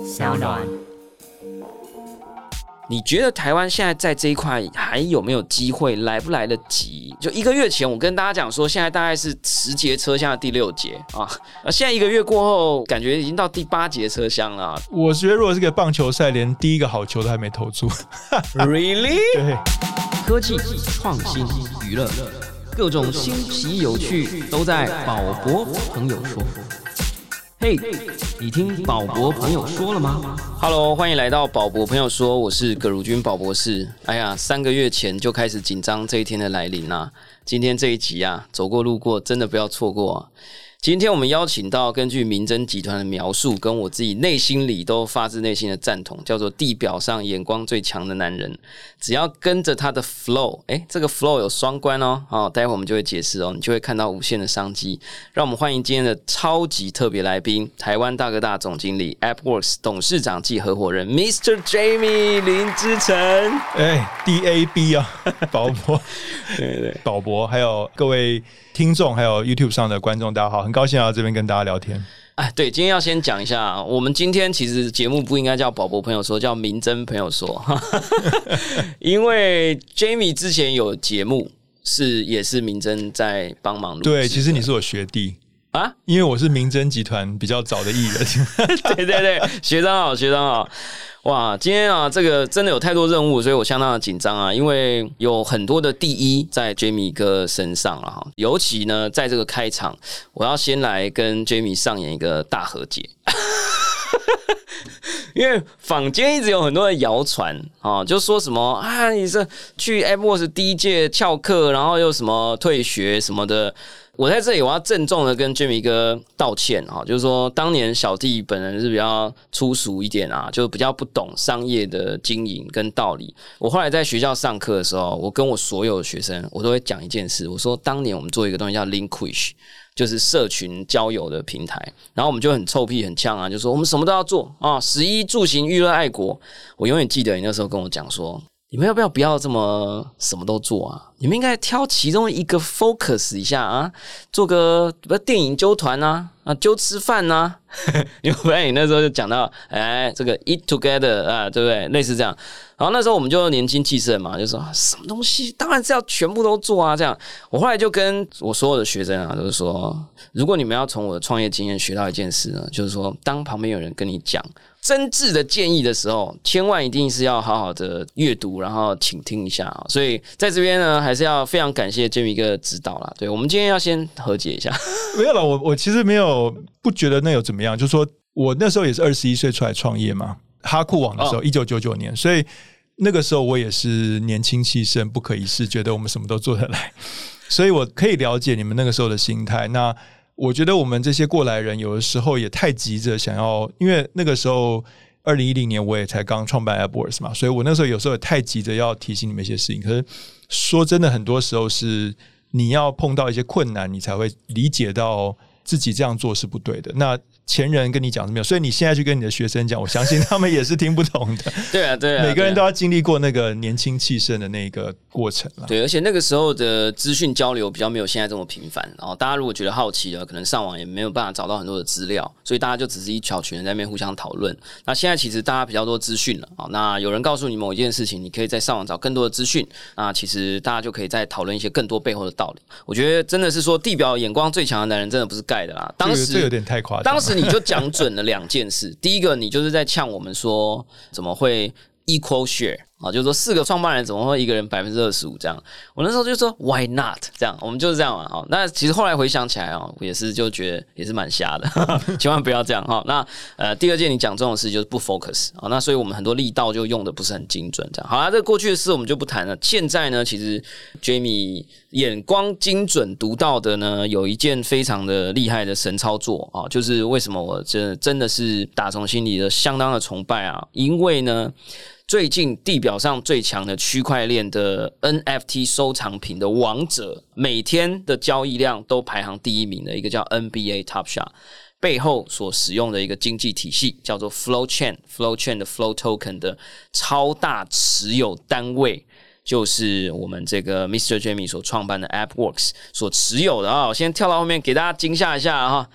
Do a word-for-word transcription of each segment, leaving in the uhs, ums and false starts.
小暖。 你觉得台湾现在在这一块还有没有机会？来不来得及？就一个月前，我跟大家讲说，现在大概是十节车厢的第六节啊，现在一个月过后，感觉已经到第八节车厢了。 我觉得如果是个棒球赛，连第一个好球都还没投出。 Really？ 对， 科技、创新、娱乐，各种新奇有趣都在宝博朋友说。嘿、hey, 你听宝博朋友说了吗 ？Hello， 欢迎来到宝博朋友说，我是葛如君宝博士。哎呀，三个月前就开始紧张这一天的来临啊！今天这一集啊，走过路过真的不要错过啊！今天我们邀请到根据明侦集团的描述，跟我自己内心里都发自内心的赞同，叫做地表上眼光最强的男人。只要跟着他的 flow， 哎，这个 flow 有双关哦，哦，待会我们就会解释哦，你就会看到无限的商机。让我们欢迎今天的超级特别来宾，台湾大哥大总经理 AppWorks 董事长暨合伙人 Mister Jamie 林之晨。 哎 ，D A B 啊，宝博， 对对， 宝博，还有各位听众，还有 YouTube 上的观众，大家好，很高兴来到这边跟大家聊天。 哎，对，今天要先讲一下，我们今天其实节目不应该叫宝博朋友说，叫明侦朋友说，因为 Jamie 之前有节目是也是明侦在帮忙录制。 对，其实你是我学弟啊，因为我是明侦集团比较早的艺人。 对对对，学长好，学长好。哇，今天啊，这个真的有太多任务，所以我相当的紧张啊，因为有很多的第一在 Jamie 哥身上了哈。尤其呢，在这个开场，我要先来跟 Jamie 上演一个大和解。因为坊间一直有很多的谣传啊，就说什么啊，你是去 AppWorks 第一届翘课，然后又什么退学什么的。我在这里我要郑重的跟 Jamie 哥道歉啊，就是说当年小弟本人是比较粗俗一点啊，就比较不懂商业的经营跟道理。我后来在学校上课的时候，我跟我所有的学生，我都会讲一件事，我说当年我们做一个东西叫 Linkwish， 就是社群交友的平台，然后我们就很臭屁很呛啊，就说我们什么都要做啊，食衣住行娱乐爱国。我永远记得你那时候跟我讲说，你们要不要不要这么什么都做啊？你们应该挑其中一个 focus 一下啊，做个电影揪团啊，啊揪吃饭啊。因为你那时候就讲到，哎，这个 eat together 啊，对不对？类似这样。然后那时候我们就年轻气盛嘛，就说什么东西当然是要全部都做啊。这样，我后来就跟我所有的学生啊，就是说，如果你们要从我的创业经验学到一件事呢，就是说，当旁边有人跟你讲真挚的建议的时候，千万一定是要好好的阅读，然后倾听一下。所以在这边呢，还是要非常感谢 Jamie 哥的指导啦。对，我们今天要先和解一下。 没有了，我我其实没有不觉得那有怎么样，就是说我那时候也是二十一岁出来创业嘛，哈库网的时候，一九九九年，所以那个时候我也是年轻气盛、不可一世，觉得我们什么都做得来，所以我可以了解你们那个时候的心态。那我觉得我们这些过来人有的时候也太急着想要，因为那个时候二零一零年我也才刚创办 AppWorks 嘛，所以我那时候有时候也太急着要提醒你们一些事情。可是说真的，很多时候是你要碰到一些困难，你才会理解到自己这样做是不对的。那前人跟你讲是没有，所以你现在去跟你的学生讲，我相信他们也是听不懂的。 对啊，对啊， 每个人都要经历过那个年轻气盛的那个过程啦。 对，而且那个时候的资讯交流比较没有现在这么频繁，然后大家如果觉得好奇的，可能上网也没有办法找到很多的资料，所以大家就只是一小群人在那边互相讨论。那现在其实大家比较多资讯了，那有人告诉你某一件事情，你可以在上网找更多的资讯，那其实大家就可以再讨论一些更多背后的道理。我觉得真的是说地表眼光最强的男人真的不是盖的啦。当时、这个、 这有点太夸张， 当时你就讲准了两件事，第一个你就是在呛我们说怎么会 equal share 啊，就是说四个创办人怎么会一个人 百分之二十五 这样。我那时候就说 why not 这样，我们就是这样嘛。好，那其实后来回想起来哦，也是就觉得也是蛮瞎的，千万不要这样哈。那呃第二件你讲这种事就是不 focus 啊，那所以我们很多力道就用的不是很精准这样。好啦，这个过去的事我们就不谈了。现在呢，其实 Jamie 眼光精准独到的呢，有一件非常的厉害的神操作啊，就是为什么我真真的是打从心里的相当的崇拜啊，因为呢。最近地表上最强的区块链的 N F T 收藏品的王者，每天的交易量都排行第一名的一个叫 N B A Top Shot， 背后所使用的一个经济体系叫做 Flow Chain， Flow Chain 的 Flow Token 的超大持有单位就是我们这个 Mister Jamie 所创办的 AppWorks 所持有的啊。我先跳到后面给大家惊吓一下哈。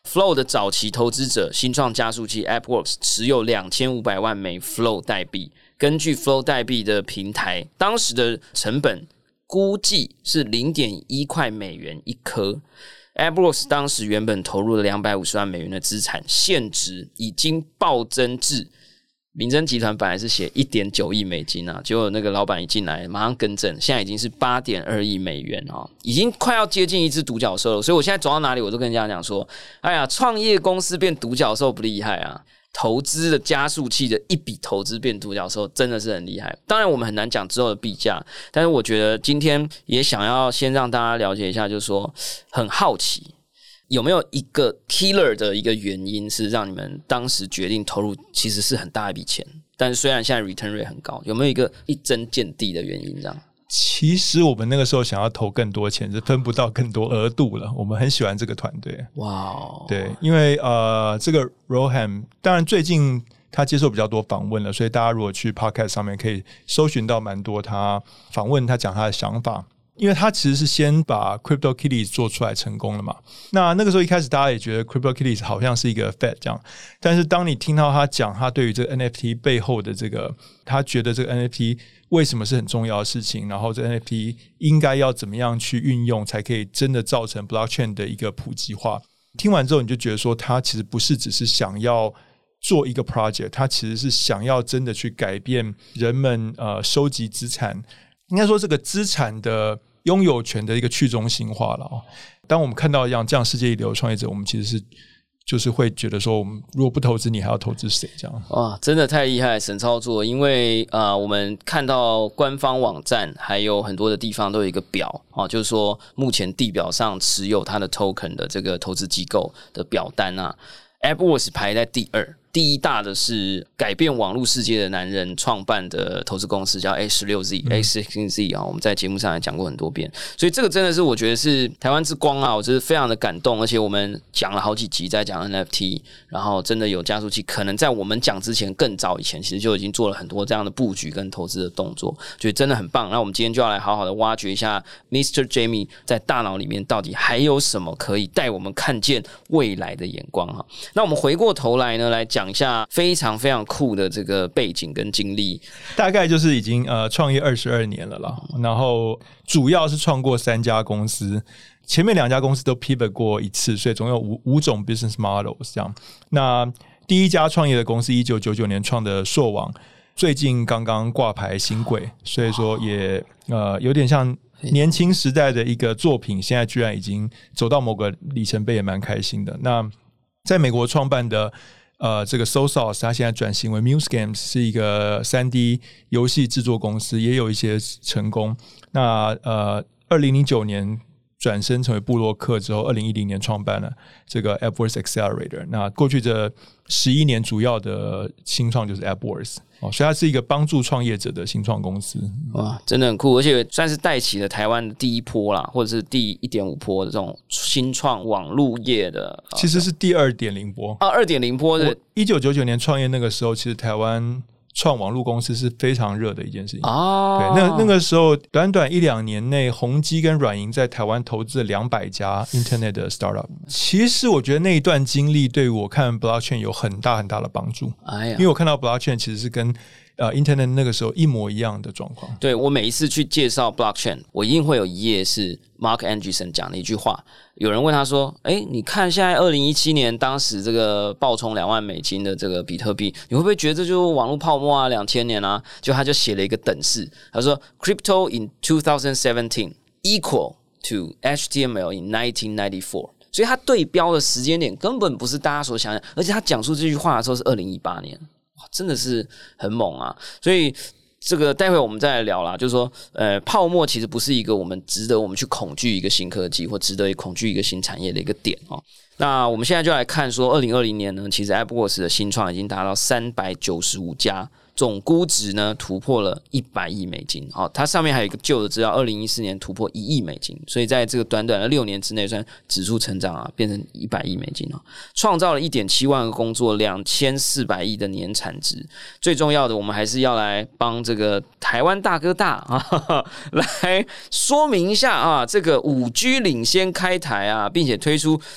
Flow 的早期投资者新创加速器 AppWorks 持有两千五百万枚 Flow 代币，根据 Flow 代币的平台，当时的成本估计是 零点一 块美元一颗。AppWorks 当时原本投入了两百五十万美元的资产，现值已经暴增至明侦集团本来是写 一点九亿美金啊，结果那个老板一进来马上更正，现在已经是 八点二亿美元啊，已经快要接近一只独角兽了。所以我现在走到哪里我都跟人家讲说，哎呀，创业公司变独角兽不厉害啊，投资的加速器的一笔投资变独角兽真的是很厉害。当然我们很难讲之后的币价，但是我觉得今天也想要先让大家了解一下，就是说很好奇有没有一个 killer 的一个原因是让你们当时决定投入其实是很大一笔钱，但是虽然现在 return rate 很高，有没有一个一针见地的原因这样？ 其实我们那个时候想要投更多钱，是分不到更多额度了。我们很喜欢这个团队， 哇、wow ， 对，因为呃，这个 Rohan 当然最近他接受比较多访问了，所以大家如果去 Podcast 上面可以搜寻到蛮多他访问，他讲他的想法。因为他其实是先把 CryptoKitties 做出来成功了嘛，那那个时候一开始大家也觉得 CryptoKitties 好像是一个 Fed 这样，但是当你听到他讲他对于这个 N F T 背后的这个，他觉得这个 N F T 为什么是很重要的事情，然后这 N F T 应该要怎么样去运用才可以真的造成 Blockchain 的一个普及化，听完之后你就觉得说他其实不是只是想要做一个 project， 他其实是想要真的去改变人们呃收集资产，应该说这个资产的拥有权的一个去中心化了、哦。当我们看到一样这样世界一流的创业者，我们其实是就是会觉得说，我们如果不投资你，还要投资谁？这样哇，真的太厉害，神操作！因为呃，我们看到官方网站还有很多的地方都有一个表啊，就是说目前地表上持有它的 token 的这个投资机构的表单啊 ，AppWorks 排在第二。第一大的是改变网络世界的男人创办的投资公司，叫 A 十六 Z、A 十六 Z 啊，我们在节目上也讲过很多遍，所以这个真的是我觉得是台湾之光啊，我真的非常的感动，而且我们讲了好几集在讲 N F T， 然后真的有加速器，可能在我们讲之前更早以前，其实就已经做了很多这样的布局跟投资的动作，觉得真的很棒。那我们今天就要来好好的挖掘一下 Mister Jamie 在大脑里面到底还有什么可以带我们看见未来的眼光哈。那我们回过头来呢，来讲一下非常非常酷的这个背景跟经历， 大概就是已经呃创业二十二年了啦，然后主要是创过三家公司，前面两家公司都 pivot 过一次，所以总有五五种 business models 这样。那第一家创业的公司一九九九年创的硕网，最近刚刚挂牌新贵，所以说也呃有点像年轻时代的一个作品，现在居然已经走到某个里程碑，也蛮开心的。那在美国创办的呃，这个 SoSauce 它现在转型为 Muse Games， 是一个 三 D 游戏制作公司，也有一些成功。那呃，二零零九年转身成为部落客之后，二零一零年创办了这个 AppWorks Accelerator。那过去这十一年主要的新创就是 AppWorks。哦，所以它是一个帮助创业者的新创公司。 哇，真的很酷，而且算是带起了台湾的第一波啦，或者是第 一点五 波的这种新创网络业的， 其实是第 二点零 波啊，二点零 波的。 一九九九年创业那个时候，其实台湾创网络公司是非常热的一件事情哦。 对，那那个时候短短一两年内，宏基跟软银在台湾投资了两百家 Internet 的 startup。其实我觉得那一段经历对我看 Blockchain 有很大很大的帮助。哎呀，因为我看到 Blockchain 其实是跟呃 Internet 那个时候一模一样的状况。 对，我每一次去介绍 Blockchain， 我一定会有一页是 Mark Andreessen 讲的一句话。有人问他说：“哎，你看现在二零一七年当时这个爆冲两万美金的这个比特币，你会不会觉得这就是网络泡沫啊？两千年啊？”就他就写了一个等式，他说 ：“Crypto in twenty seventeen equal to H T M L in nineteen ninety-four。”所以他对标的时间点根本不是大家所想的，而且他讲出这句话的时候是二零一八年，哇，真的是很猛啊！所以。这个待会我们再来聊啦，就是说，呃，泡沫其实不是一个我们值得我们去恐惧一个新科技，或值得恐惧一个新产业的一个点哦。那我们现在就来看说，二零二零年呢，其实 AppWorks 的新创已经达到三百九十五家。总估值呢突破了一百亿美金，好、哦，它上面还有一个旧的资料，二零一四年突破一亿美金，所以在这个短短的六年之内，算指数成长啊，变成一百亿美金啊，创造了一点七万个工作，两千四百亿的年产值。最重要的，我们还是要来帮这个台湾大哥大啊，呵呵来说明一下啊，这个五 G 领先开台啊，并且推出 G 四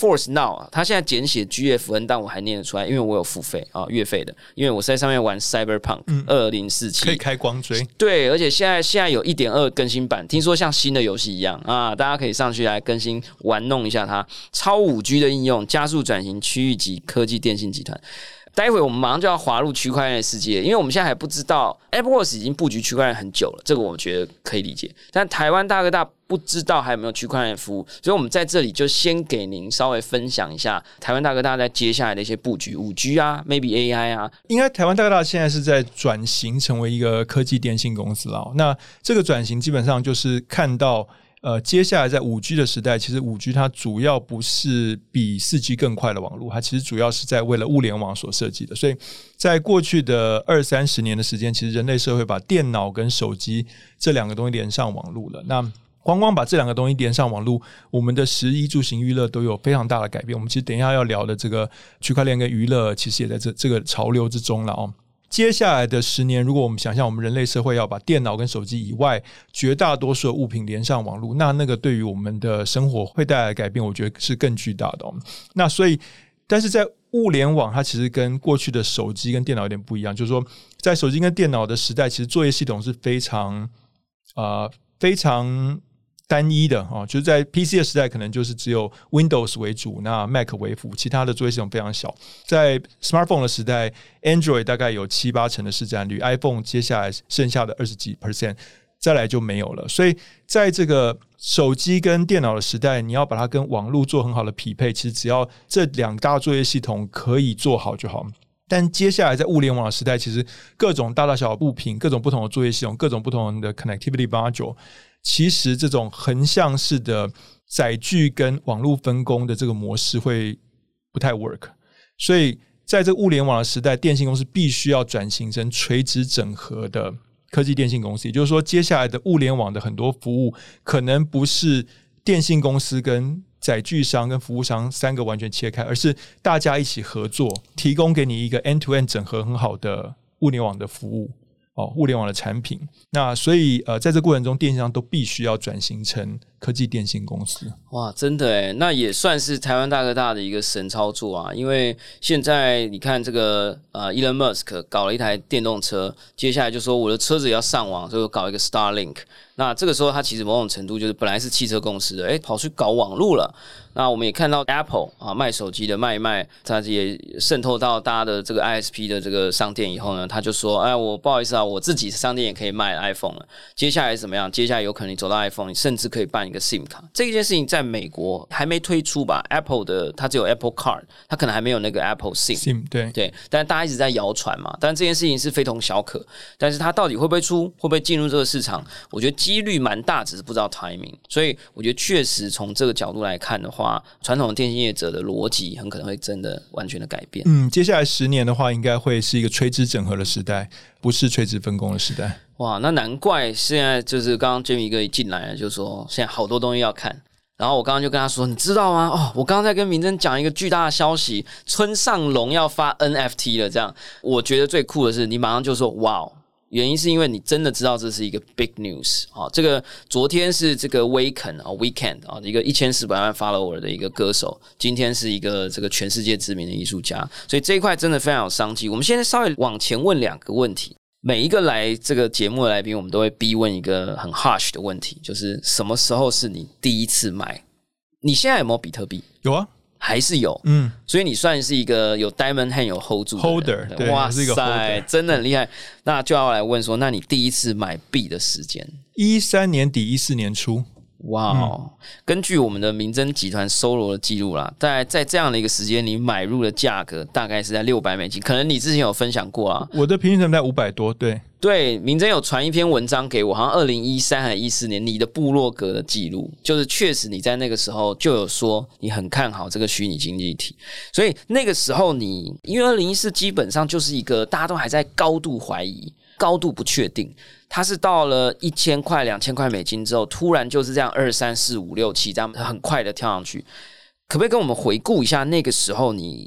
GeForce Now 啊，它现在简写 G F N， 但我还念得出来，因为我有付费啊，月费的，因为我是在上面玩 Cyberpunk 二零四七， 可以开光追。 对，而且现在现在有 一点二 更新版，听说像新的游戏一样啊，大家可以上去来更新玩弄一下它。超 五 G 的应用，加速转型区域级科技电信集团。待会我们马上就要滑入区块链的世界，因为我们现在还不知道 Apple Watch 已经布局区块链很久了，这个我觉得可以理解。但台湾大哥大不知道还有没有区块链服务，所以我们在这里就先给您稍微分享一下台湾大哥大在接下来的一些布局 五 G 啊 ，maybe A I 啊。 应该台湾大哥大现在是在转型成为一个科技电信公司了。那这个转型基本上就是看到。呃，接下来在 五 G 的时代，其实 五 G 它主要不是比 四 G 更快的网络，它其实主要是在为了物联网所设计的。所以在过去的二三十年的时间，其实人类社会把电脑跟手机这两个东西连上网络了。那光光把这两个东西连上网络，我们的食衣住行娱乐都有非常大的改变。我们其实等一下要聊的这个区块链跟娱乐，其实也在这这个潮流之中了哦。接下来的十年，如果我们想象我们人类社会要把电脑跟手机以外绝大多数的物品连上网络，那那个对于我们的生活会带来的改变，我觉得是更巨大的哦。那所以，但是在物联网，它其实跟过去的手机跟电脑有点不一样，就是说，在手机跟电脑的时代，其实作业系统是非常呃非常单一的哦，就是在 P C 的时代，可能就是只有 Windows 为主，那 Mac 为辅，其他的作业系统非常小。在 Smartphone 的时代 ，Android 大概有七八成的市占率 ，iPhone 接下来剩下的二十几 percent， 再来就没有了。所以在这个手机跟电脑的时代，你要把它跟网络做很好的匹配，其实只要这两大作业系统可以做好就好。但接下来在物联网的时代，其实各种大大小小物品、各种不同的作业系统、各种不同的 connectivity module。其实这种横向式的载具跟网络分工的这个模式会不太 work， 所以在这个物联网的时代，电信公司必须要转型成垂直整合的科技电信公司。也就是说，接下来的物联网的很多服务可能不是电信公司跟载具商跟服务商三个完全切开，而是大家一起合作，提供给你一个 end-to-end 整合很好的物联网的服务。哦，物联网的产品，那所以呃，在这过程中，电信商都必须要转型成科技电信公司。 哇，真的耶，那也算是台湾大哥大的一个神操作啊！因为现在你看这个呃 ，Elon Musk 搞了一台电动车，接下来就说我的车子也要上网，所以我搞一个 Starlink。那这个时候，它其实某种程度就是本来是汽车公司的，哎，跑去搞网路了。那我们也看到 Apple 啊卖手机的卖一卖，它也渗透到大家的这个 I S P 的这个商店以后呢，他就说，哎，我不好意思啊，我自己商店也可以卖 iPhone 了。接下来怎么样？接下来有可能你走到 iPhone， 你甚至可以办一个 SIM 卡。这件事情在美国还没推出吧 ？Apple 的它只有 Apple Card， 它可能还没有那个 Apple SIM。 SIM 对对，但大家一直在谣传嘛。但这件事情是非同小可，但是它到底会不会出，会不会进入这个市场？我觉得几率蛮大，只是不知道 timing。所以我觉得确实从这个角度来看的话，传统的电信业者的逻辑很可能会真的完全的改变。 嗯，接下来十年的话，应该会是一个垂直整合的时代，不是垂直分工的时代。 哇，那难怪现在就是刚刚 Jamie 哥一进来了，就说现在好多东西要看。然后我刚刚就跟他说，你知道吗？哦，我刚刚在跟明真讲一个巨大的消息，村上隆要发 N F T 了。这样，我觉得最酷的是，你马上就说哇，原因是因为你真的知道这是一个 big news 啊！这个昨天是这个 Weekend 啊 ，Weekend 啊，一个一千四百万 follower 的一个歌手，今天是一个这个全世界知名的艺术家，所以这一块真的非常有商机。我们现在稍微往前问两个问题。每一个来这个节目的来宾，我们都会逼问一个很 harsh 的问题，就是什么时候是你第一次买？你现在有没有比特币？ 有啊， 还是有，嗯，所以你算是一个有 diamond hand 有 hold 住的 holder， 对， 哇是一个 holder， 真的很厉害。那就要来问说，那你第一次买币的时间？ 一三年底，一四年初。 哇、wow, 嗯，根据我们的明真集团收罗的记录啦，大概在这样的一个时间，你买入的价格大概是在六百美金，可能你之前有分享过啦。 我的平均成本在五百多，对对，明真有传一篇文章给我，好像二零一三还是一四年，你的部落格的记录，就是确实你在那个时候就有说你很看好这个虚拟经济体，所以那个时候你因为二零一四基本上就是一个大家都还在高度怀疑、高度不确定。它是到了一千块、两千块美金之后，突然就是这样二三四五六七这样很快的跳上去。可不可以跟我们回顾一下那个时候你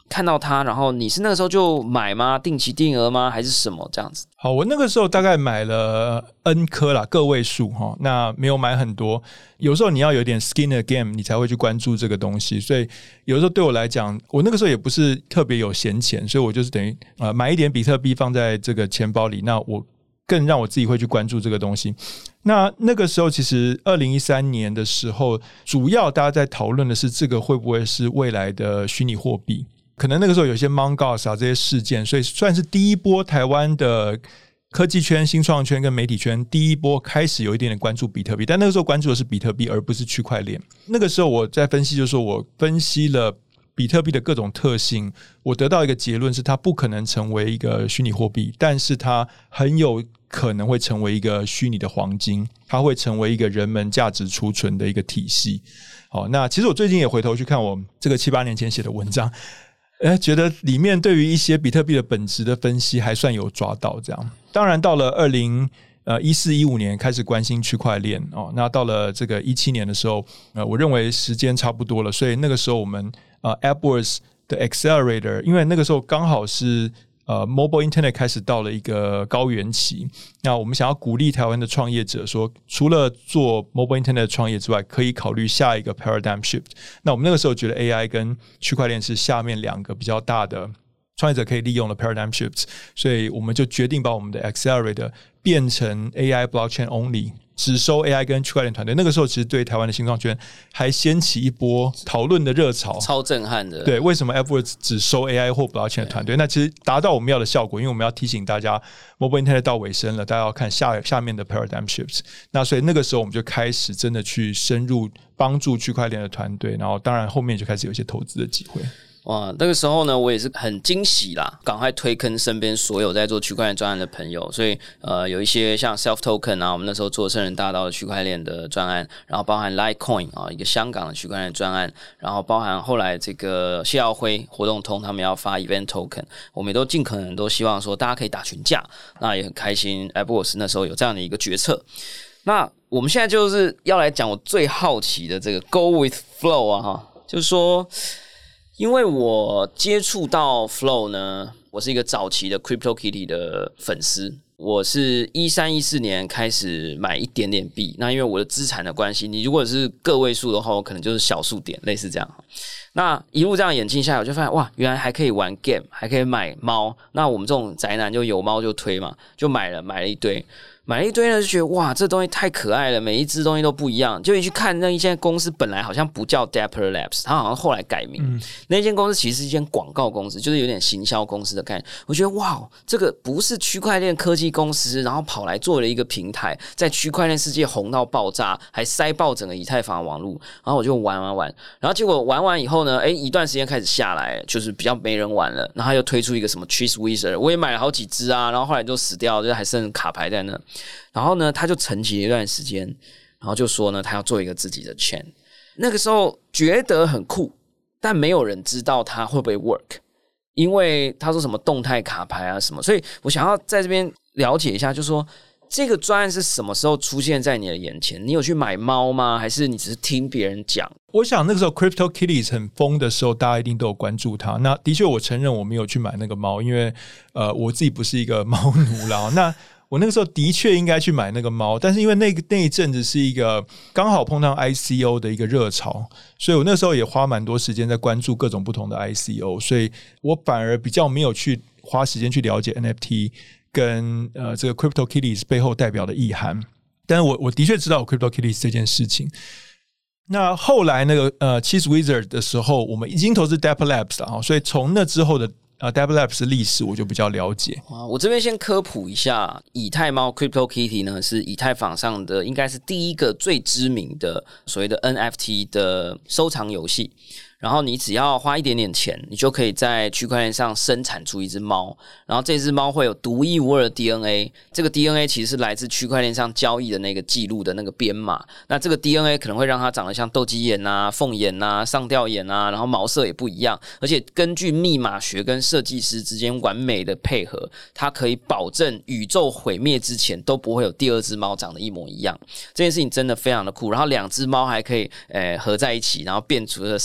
看到它，然后你是那个时候就买吗？定期定额吗？还是什么这样子？ 好，我那个时候大概买了 N 颗啦，个位数哈，那没有买很多。有时候你要有点 skin in the game， 你才会去关注这个东西。所以有时候对我来讲，我那个时候也不是特别有闲钱，所以我就是等于呃买一点比特币放在这个钱包里。那我更让我自己会去关注这个东西。那那个时候其实二零一三年的时候，主要大家在讨论的是这个会不会是未来的虚拟货币。可能那个时候有些 Mongoose 啊这些事件，所以算是第一波台湾的科技圈、新创圈跟媒体圈第一波开始有一点点关注比特币，但那个时候关注的是比特币而不是区块链。那个时候我在分析，就是说我分析了比特币的各种特性，我得到一个结论是它不可能成为一个虚拟货币，但是它很有可能会成为一个虚拟的黄金，它会成为一个人们价值储存的一个体系。好，那其实我最近也回头去看我这个七八年前写的文章，呃，觉得里面对于一些比特币的本质的分析还算有抓到这样。当然到了二零呃一四一五年开始关心区块链哦，那到了这个一七年的时候，呃，我认为时间差不多了，所以那个时候我们呃 AppWorks 的 Accelerator， 因为那个时候刚好是呃 Mobile Internet 开始到了一个高原期，那我们想要鼓励台湾的创业者说，除了做 Mobile Internet 的创业之外，可以考虑下一个 Paradigm Shift。那我们那个时候觉得 A I 跟区块链是下面两个比较大的创业者可以利用的 Paradigm Shifts， 所以我们就决定把我们的 Accelerator 变成 A I Blockchain Only， 只收 A I 跟区块链团队。那个时候其实对台湾的新创圈还掀起一波讨论的热潮， 超震撼的。 对，为什么 AppWorks 只收 A I 或 Blockchain 的团队？那其实达到我们要的效果，因为我们要提醒大家 Mobile Internet 到尾声了，大家要看下下面的 Paradigm Shifts。那所以那个时候我们就开始真的去深入帮助区块链的团队，然后当然后面就开始有一些投资的机会。 哇，那个时候呢，我也是很惊喜啦，赶快推坑身边所有在做区块链专案的朋友，所以呃，有一些像 Self Token 啊，我们那时候做圣人大道的区块链的专案，然后包含 Litecoin 啊，一个香港的区块链专案，然后包含后来这个谢耀辉活动通他们要发 Event Token， 我们也都尽可能都希望说大家可以打群架，那也很开心 AppWorks 那时候有这样的一个决策。那我们现在就是要来讲我最好奇的这个 Go with Flow 啊，哈，就是说。因为我接触到 Flow 呢，我是一个早期的 CryptoKitty 的粉丝，我是一三一四年开始买一点点币，那因为我的资产的关系，你如果是个位数的话，我可能就是小数点，类似这样。那一路这样演进下来，我就发现哇，原来还可以玩 game， 还可以买猫。那我们这种宅男就有猫就推嘛，就买了买了一堆。买了一堆呢，就觉得哇，这东西太可爱了，每一只东西都不一样。就一去看那一间公司，本来好像不叫 Dapper Labs， 它好像后来改名。嗯、那间公司其实是一间广告公司，就是有点行销公司的概念。我觉得哇，这个不是区块链科技公司，然后跑来做了一个平台，在区块链世界红到爆炸，还塞爆整个以太坊网络。然后我就玩玩玩，然后结果玩完以后呢，哎，一段时间开始下来，就是比较没人玩了。然后他又推出一个什么 Cheese Wizard， 我也买了好几只啊，然后后来就死掉，就还剩卡牌在那。然后呢，他就沉寂了一段时间，然后就说呢，他要做一个自己的 chain。那个时候觉得很酷，但没有人知道他会不会 work， 因为他说什么动态卡牌啊什么，所以我想要在这边了解一下，就是说这个专案是什么时候出现在你的眼前？你有去买猫吗？还是你只是听别人讲？ 我想那个时候 CryptoKitties 很疯的时候，大家一定都有关注它。那的确，我承认我没有去买那个猫，因为呃，我自己不是一个猫奴啦。那我那个时候的确应该去买那个猫，但是因为那个那一阵子是一个刚好碰到 I C O 的一个热潮，所以我那时候也花蛮多时间在关注各种不同的 I C O， 所以我反而比较没有去花时间去了解 N F T 跟呃这个 CryptoKitties 背后代表的意涵。但是我我的确知道 CryptoKitties 这件事情。那后来那个呃 Cheese Wizard 的时候，我们已经投资 Dapper Labs 了，所以从那之后的呃 Dapper Labs 的历史我就比较了解。 我这边先科普一下，以太猫 CryptoKitty 呢是以太坊上的应该是第一个最知名的所谓的 N F T 的收藏游戏。然后你只要花一点点钱，你就可以在区块链上生产出一只猫，然后这只猫会有独一无二的 D N A， 这个 D N A 其实是来自区块链上交易的那个记录的那个编码，那这个 D N A 可能会让它长得像斗鸡眼啊、凤眼啊、上吊眼啊，然后毛色也不一样，而且根据密码学跟设计师之间完美的配合，它可以保证宇宙毁灭之前都不会有第二只猫长得一模一样，这件事情真的非常的酷。然后两只猫还可以呃合在一起，然后变出生出另外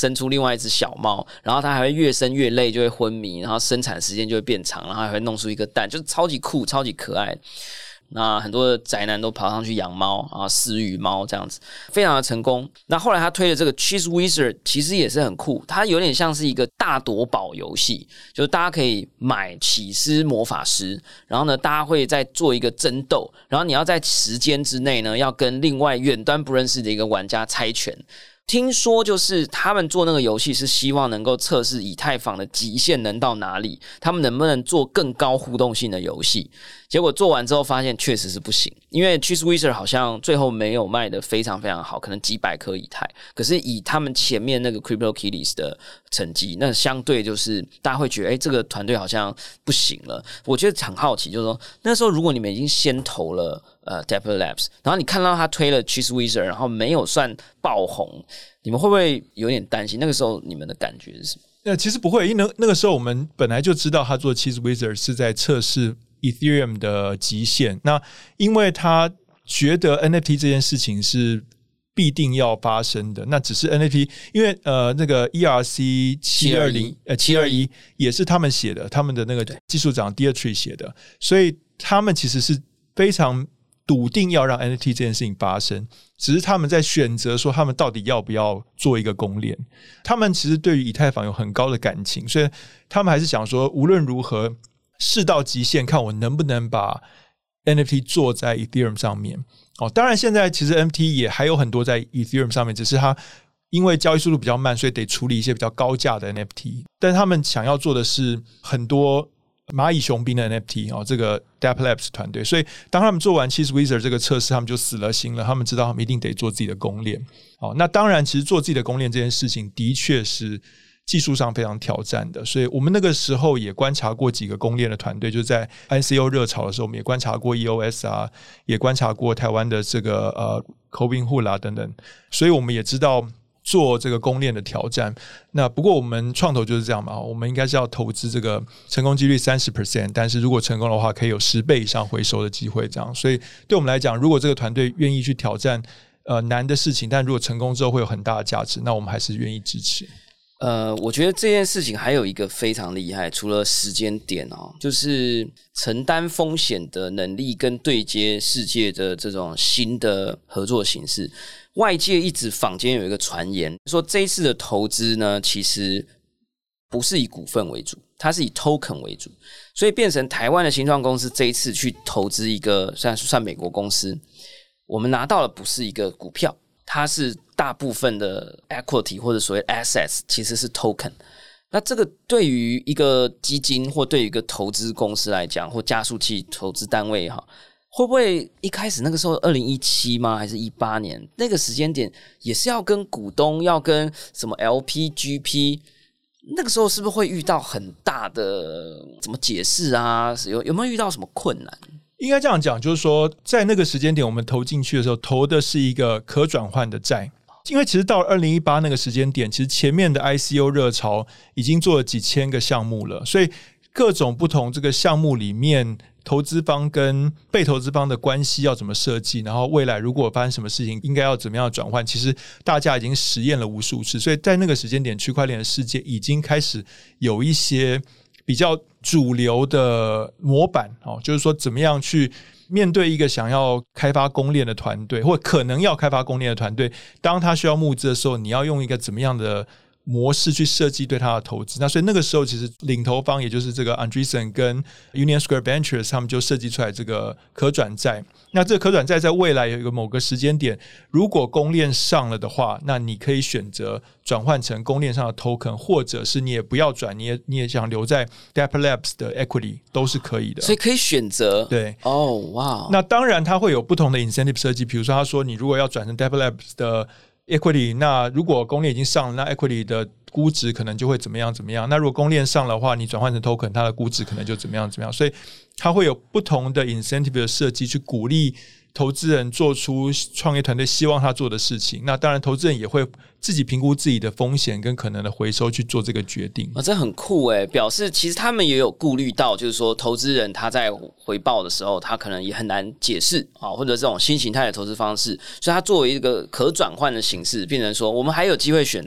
外一只小猫，然后它还会越生越累，就会昏迷，然后生产时间就会变长，然后还会弄出一个蛋，就是超级酷、超级可爱。那很多的宅男都跑上去养猫啊，饲育猫这样子，非常的成功。那后来他推的这个 Cheese Wizard 其实也是很酷，它有点像是一个大夺宝游戏，就是大家可以买起司魔法师，然后呢，大家会再做一个争斗，然后你要在时间之内呢，要跟另外远端不认识的一个玩家猜拳。听说就是他们做那个游戏是希望能够测试以太坊的极限能到哪里，他们能不能做更高互动性的游戏。结果做完之后发现确实是不行，因为 Cheese Wizard 好像最后没有卖得非常非常好，可能几百颗以太，可是以他们前面那个 CryptoKitties 的成绩，那相对就是大家会觉得哎，这个团队好像不行了。我觉得很好奇，就是说那时候如果你们已经先投了呃 Dapper Labs， 然后你看到他推了 Cheese Wizard， 然后没有算爆红，你们会不会有点担心？那个时候你们的感觉是什么？ 那其实不会，因为那个时候我们本来就知道他做 Cheese Wizard 是在测试 Ethereum 的极限。那因为他觉得 N F T 这件事情是必定要发生的，那只是 N F T， 因为呃那个 E R C 七二零 呃七二一也是他们写的，他们的那个技术长 Deirdre 写的，所以他们其实是非常笃定要让 N F T 这件事情发生，只是他们在选择说他们到底要不要做一个公链。他们其实对于以太坊有很高的感情，所以他们还是想说无论如何试到极限，看我能不能把 N F T 做在 Ethereum 上面。哦，当然现在其实 N F T 也还有很多在 Ethereum 上面，只是它因为交易速度比较慢，所以得处理一些比较高价的 N F T。但他们想要做的是很多蚂蚁雄兵的 N F T， 哦，这个 Dapper Labs 团队，所以当他们做完 Cheese Wizard 这个测试，他们就死了心了，他们知道他们一定得做自己的公链。哦，那当然其实做自己的公链这件事情的确是技术上非常挑战的，所以我们那个时候也观察过几个公链的团队，就是在 I C O 热潮的时候，我们也观察过 E O S 啊，也观察过台湾的这个呃 Robinhood 啊等等，所以我们也知道做这个公链的挑战。那不过我们创投就是这样嘛，我们应该是要投资这个成功几率 百分之三十， 但是如果成功的话可以有十倍以上回收的机会，这样。所以对我们来讲，如果这个团队愿意去挑战呃难的事情，但如果成功之后会有很大的价值，那我们还是愿意支持。 呃，我觉得这件事情还有一个非常厉害，除了时间点哦，就是承担风险的能力跟对接世界的这种新的合作形式。外界一直坊间有一个传言说，这一次的投资呢，其实不是以股份为主，它是以 token 为主，所以变成台湾的新创公司这一次去投资一个算算美国公司，我们拿到的不是一个股票，它是大部分的 equity 或者所谓 assets 其实是 token。 那这个对于一个基金或对于一个投资公司来讲，或加速器投资单位哈，会不会一开始那个时候二零一七吗还是一八年那个时间点也是要跟股东要跟什么 L P G P， 那个时候是不是会遇到很大的怎么解释啊，有有没有遇到什么困难？ 应该这样讲，就是说在那个时间点我们投进去的时候，投的是一个可转换的债。因为其实到了二零一八那个时间点，其实前面的 I C O 热潮已经做了几千个项目了，所以各种不同这个项目里面投资方跟被投资方的关系要怎么设计，然后未来如果发生什么事情应该要怎么样转换，其实大家已经实验了无数次，所以在那个时间点区块链的世界已经开始有一些比较主流的模板，就是说怎么样去面对一个想要开发公链的团队，或可能要开发公链的团队，当他需要募资的时候，你要用一个怎么样的模式去设计对他的投资。那所以那个时候其实领头方也就是这个 Andreessen 跟 Union Square Ventures 他们就设计出来这个可转债。那这个可转债在未来有一个某个时间点，如果公链上了的话，那你可以选择转换成公链上的 token， 或者是你也不要转，你也你也想留在 Dapper Labs 的 equity 都是可以的。 所以可以选择。 对， 哦，哇。 那当然它会有不同的 incentive 设计，比如说他说你如果要转成 Dapper Labs 的equity， 那如果公链已经上了，那 equity 的估值可能就会怎么样怎么样。那如果公链上的话，你转换成 token， 它的估值可能就怎么样怎么样。所以它会有不同的 incentive 的设计，去鼓励投资人做出创业团队希望他做的事情。那当然，投资人也会自己评估自己的风险跟可能的回收去做这个决定。 啊，这很酷耶，表示其实他们也有顾虑到，就是说投资人他在回报的时候，他可能也很难解释啊，或者这种新形态的投资方式，所以他作为一个可转换的形式，变成说我们还有机会选择。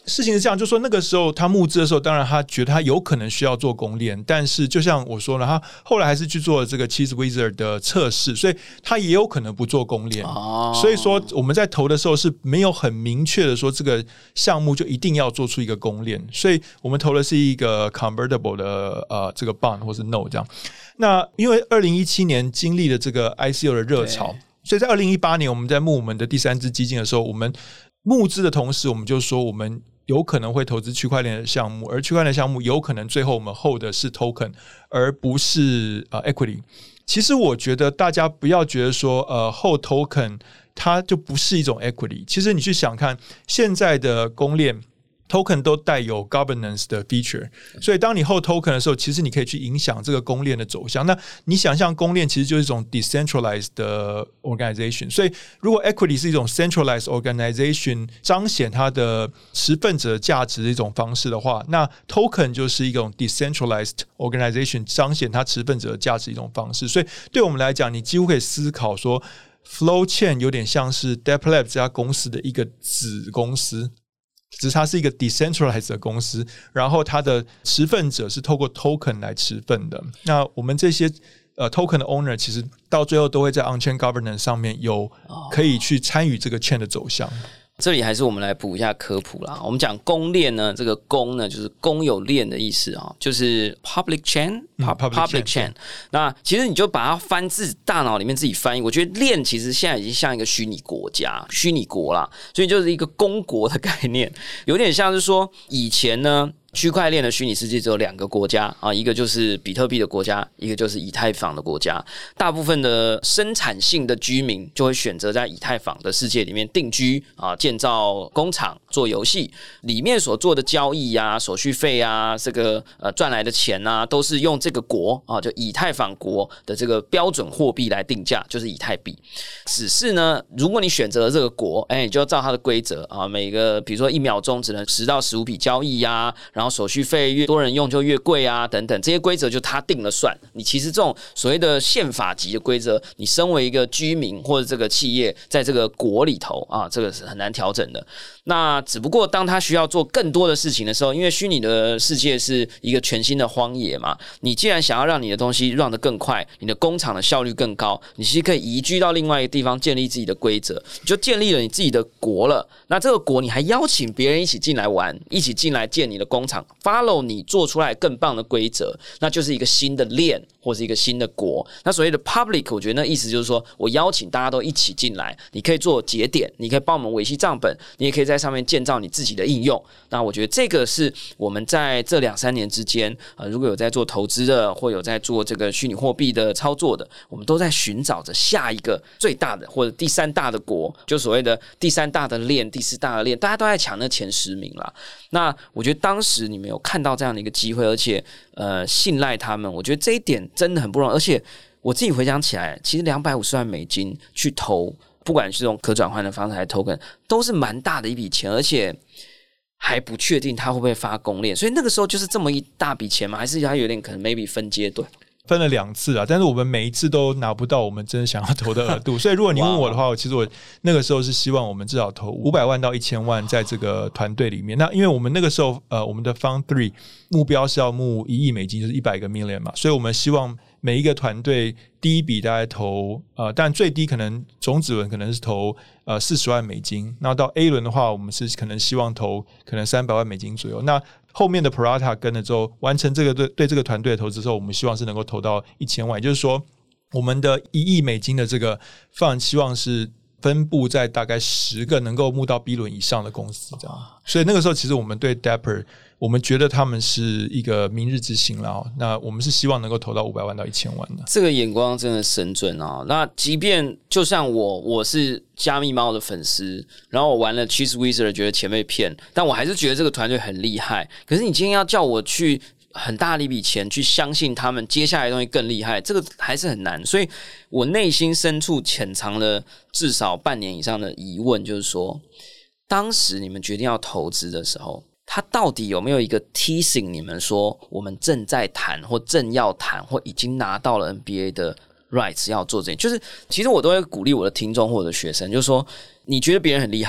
事情是这样，就是说那个时候他募资的时候，当然他觉得他有可能需要做公链，但是就像我说了，他后来还是去做了这个 Cheese Wizard 的测试，所以他也有可能不做公链。哦、所以说我们在投的时候是没有很明确的说这个项目就一定要做出一个公链，所以我们投的是一个 convertible 的呃这个 bond 或是 note 这样。那因为二零一七年经历了这个 I C O 的热潮，所以在二零一八年我们在募我们的第三支基金的时候，我们募资的同时，我们就说我们有可能会投资区块链的项目，而区块链项目有可能最后我们 hold 的是 token 而不是、呃、equity。其实我觉得大家不要觉得说呃 hold token 它就不是一种 equity， 其实你去想看现在的公链token 都带有 governance 的 feature， 所以当你 hold token 的时候，其实你可以去影响这个公链的走向。那你想象公链其实就是一种 decentralized 的 organization， 所以如果 equity 是一种 centralized organization 彰显它的持份者价值的一种方式的话，那 token 就是一种 decentralized organization 彰显它持份者价值的一种方式。所以对我们来讲，你几乎可以思考说 Flow Chain 有点像是 Dapper Labs 这家公司的一个子公司，只是它是一个 decentralized 的公司，然后它的持份者是透过 token 来持份的。那我们这些呃 token 的 owner 其实到最后都会在 on-chain governance 上面有可以去参与这个 chain 的走向。 这里还是我们来补一下科普啦。我们讲公链呢，这个公呢就是公有链的意思啊，就是 public chain， 嗯、public, public chain。那其实你就把它翻自大脑里面自己翻译，我觉得链其实现在已经像一个虚拟国家、虚拟国啦，所以就是一个公国的概念，有点像是说以前呢。区块链的虚拟世界只有两个国家啊，一个就是比特币的国家，一个就是以太坊的国家。大部分的生产性的居民就会选择在以太坊的世界里面定居啊，建造工厂、做游戏，里面所做的交易啊、手续费啊、这个呃赚来的钱啊，都是用这个国啊，就以太坊国的这个标准货币来定价，就是以太币。只是呢，如果你选择了这个国，哎，你就要照它的规则啊，每个比如说一秒钟只能十到十五笔交易呀、啊。然后手续费越多人用就越贵啊，等等，这些规则就他定了算。你其实这种所谓的宪法级的规则，你身为一个居民或者这个企业，在这个国里头啊，这个是很难调整的。那只不过当他需要做更多的事情的时候，因为虚拟的世界是一个全新的荒野嘛，你既然想要让你的东西 run 得更快，你的工厂的效率更高，你其实可以移居到另外一个地方建立自己的规则，你就建立了你自己的国了。那这个国你还邀请别人一起进来玩，一起进来建你的工厂 follow 你做出来更棒的规则，那就是一个新的链或是一个新的国。那所谓的 public 我觉得那意思就是说我邀请大家都一起进来，你可以做节点，你可以帮我们维系账本，你也可以在上面建造你自己的应用。那我觉得这个是我们在这两三年之间、呃、如果有在做投资的或有在做这个虚拟货币的操作的，我们都在寻找着下一个最大的或者第三大的国，就所谓的第三大的链、第四大的链，大家都在抢那前十名啦。那我觉得当时你们有看到这样的一个机会，而且呃信赖他们，我觉得这一点真的很不容易。而且我自己回想起来，其实两百五十万美金去投，不管是用可转换的方式还是 token， 都是蛮大的一笔钱，而且还不确定他会不会发公链，所以那个时候就是这么一大笔钱吗？还是他有点可能 maybe 分阶段？ 分了两次啊，但是我们每一次都拿不到我们真的想要投的额度，所以如果你问我的话，其实我那个时候是希望我们至少投五百万到一千万在这个团队里面。那因为我们那个时候呃，我们的 Fund Three 目标是要募一亿美金，就是一百个 million 嘛，所以我们希望每一个团队第一笔大概投呃，但最低可能种子轮可能是投呃四十万美金，那到 A 轮的话，我们是可能希望投可能三百万美金左右。那后面的 Prata 跟了之后，完成这个对对这个团队的投资之后，我们希望是能够投到一千万，也就是说，我们的一亿美金的这个 fund 希望是分布在大概十个能够募到 B 轮以上的公司，这样。所以那个时候，其实我们对 Dapper， 我们觉得他们是一个明日之星了。那我们是希望能够投到五百万到一千万的。 这个眼光真的神准啊！那即便就像我，我是加密猫的粉丝，然后我玩了 Cheese Wizard， 觉得钱被骗，但我还是觉得这个团队很厉害。可是你今天要叫我去很大的一笔钱去相信他们接下来的东西更厉害，这个还是很难。所以我内心深处潜藏了至少半年以上的疑问，就是说，当时你们决定要投资的时候，他到底有没有一个 teasing 你们说我们正在谈或正要谈或已经拿到了 N B A 的 rights 要做这件，就是其实我都会鼓励我的听众或者学生，就是说你觉得别人很厉害，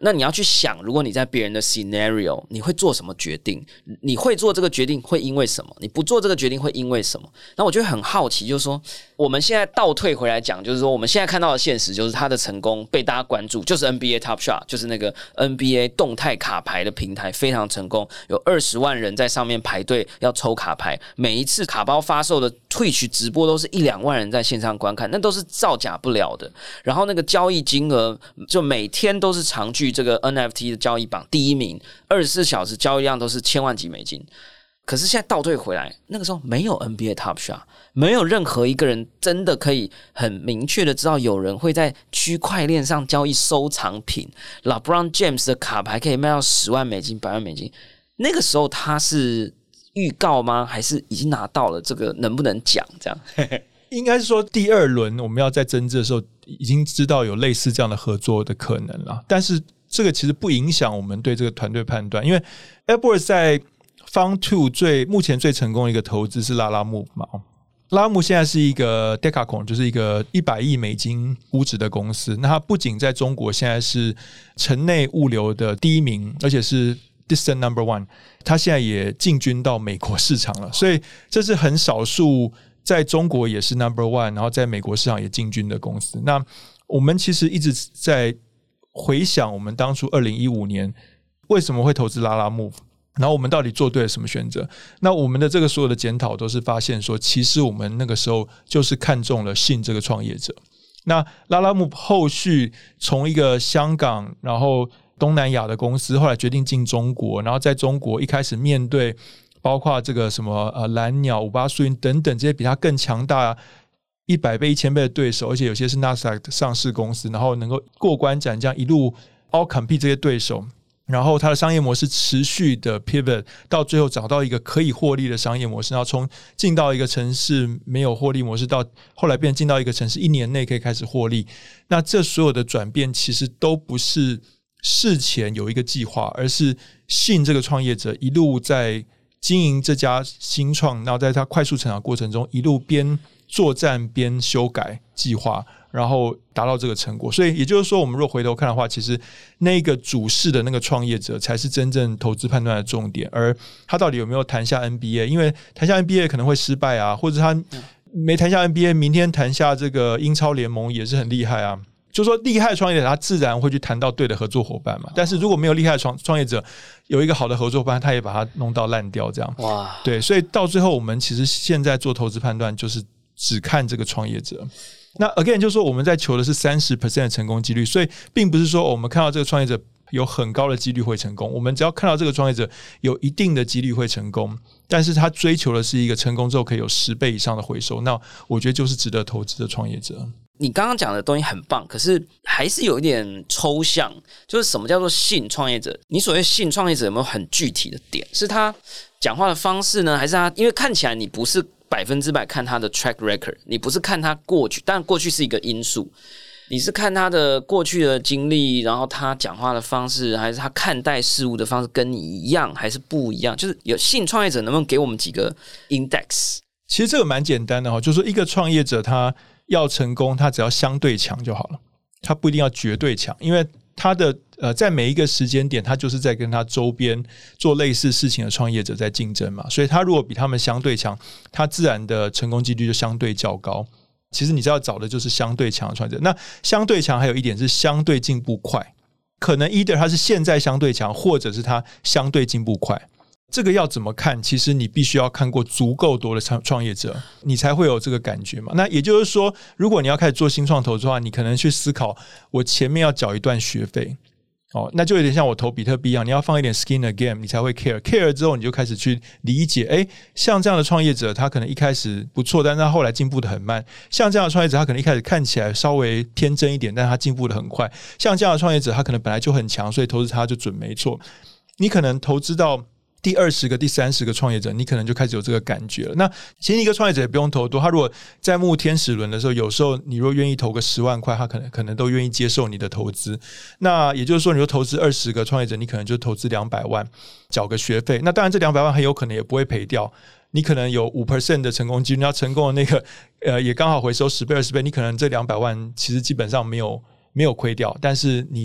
那你要去想，如果你在别人的 scenario， 你会做什么决定？你会做这个决定会因为什么？你不做这个决定会因为什么？那我就很好奇，就是说，我们现在倒退回来讲，就是说，我们现在看到的现实就是他的成功被大家关注，就是 N B A Top Shot， 就是那个 N B A 动态卡牌的平台非常成功，有二十万人在上面排队要抽卡牌，每一次卡包发售的 Twitch 直播都是一两万人在线上观看，那都是造假不了的。然后那个交易金额就每天都是长居这个 N F T 的交易榜第一名，二十四小时交易量都是千万级美金。可是现在倒退回来，那个时候没有 N B A Top Shot， 没有任何一个人真的可以很明确的知道有人会在区块链上交易收藏品。LeBron James 的卡牌可以卖到十万美金、百万美金，那个时候他是预告吗？还是已经拿到了？这个能不能讲？这样应该是说第二轮我们要在增资的时候，已经知道有类似这样的合作的可能了，但是这个其实不影响我们对这个团队判断，因为 Edwards 在 Fund 二 最目前最成功的一个投资是拉拉木嘛，拉拉木现在是一个 Decacorn， 就是一个一百亿美金估值的公司，那它不仅在中国现在是城内物流的第一名，而且是 Distant Number One， 它现在也进军到美国市场了，所以这是很少数在中国也是 number one， 然后在美国市场也进军的公司。那我们其实一直在回想我们当初二零一五年为什么会投资拉拉木，然后我们到底做对了什么选择。那我们的这个所有的检讨都是发现说，其实我们那个时候就是看中了信这个创业者。那拉拉木后续从一个香港然后东南亚的公司，后来决定进中国，然后在中国一开始面对包括这个什么呃蓝鸟、五八速运等等这些比它更强大一百倍、一千倍的对手，而且有些是纳斯达克上市公司，然后能够过关斩将，一路 out compete 这些对手，然后它的商业模式持续的 pivot， 到最后找到一个可以获利的商业模式，然后从进到一个城市没有获利模式，到后来变进到一个城市一年内可以开始获利。那这所有的转变其实都不是事前有一个计划，而是信这个创业者一路在经营这家新创，然后在他快速成长过程中一路边作战边修改计划，然后达到这个成果。所以也就是说，我们如果回头看的话，其实那个主事的那个创业者才是真正投资判断的重点，而他到底有没有谈下 N B A， 因为谈下 N B A 可能会失败啊，或者他没谈下 N B A， 明天谈下这个英超联盟也是很厉害啊。就是说厉害的创业者他自然会去谈到对的合作伙伴嘛，但是如果没有厉害的创创业者有一个好的合作伙伴，他也把它弄到烂掉这样。哇，对，所以到最后我们其实现在做投资判断就是只看这个创业者。那 again 就是说我们在求的是 百分之三十 的成功几率，所以并不是说我们看到这个创业者有很高的几率会成功，我们只要看到这个创业者有一定的几率会成功，但是他追求的是一个成功之后可以有十倍以上的回收，那我觉得就是值得投资的创业者。 你刚刚讲的东西很棒，可是还是有一点抽象，就是什么叫做信创业者？你所谓信创业者有没有很具体的点？是他讲话的方式呢，还是他因为看起来你不是百分之百看他的 track record， 你不是看他过去，但过去是一个因素，你是看他的过去的经历，然后他讲话的方式，还是他看待事物的方式跟你一样还是不一样？就是有信创业者能不能给我们几个 index？ 其实这个蛮简单的，就是说一个创业者他要成功，他只要相对强就好了，他不一定要绝对强，因为他的呃在每一个时间点，他就是在跟他周边做类似事情的创业者在竞争嘛，所以他如果比他们相对强，他自然的成功几率就相对较高。其实你只要找的就是相对强的创业者，那相对强还有一点是相对进步快，可能 either 他是现在相对强，或者是他相对进步快。这个要怎么看？其实你必须要看过足够多的创业者，你才会有这个感觉嘛。那也就是说，如果你要开始做新创投资的话，你可能去思考，我前面要缴一段学费，哦，那就有点像我投比特币一样，你要放一点 skin in the game， 你才会 care。care 之后，你就开始去理解，哎，像这样的创业者，他可能一开始不错，但是他后来进步的很慢。像这样的创业者，他可能一开始看起来稍微偏真一点，但他进步的很快。像这样的创业者，他可能本来就很强，所以投资他就准没错。你可能投资到第二十个、第三十个创业者，你可能就开始有这个感觉了。那其实一个创业者也不用投多，他如果在募天使轮的时候，有时候你若愿意投个十万块，他可能可能都愿意接受你的投资。那也就是说，你说投资二十个创业者，你可能就投资两百万，缴个学费。那当然，这两百万很有可能也不会赔掉。你可能有 百分之五 的成功几率，你要成功的那个呃，也刚好回收十倍、二十倍，你可能这两百万其实基本上没有没有亏掉，但是你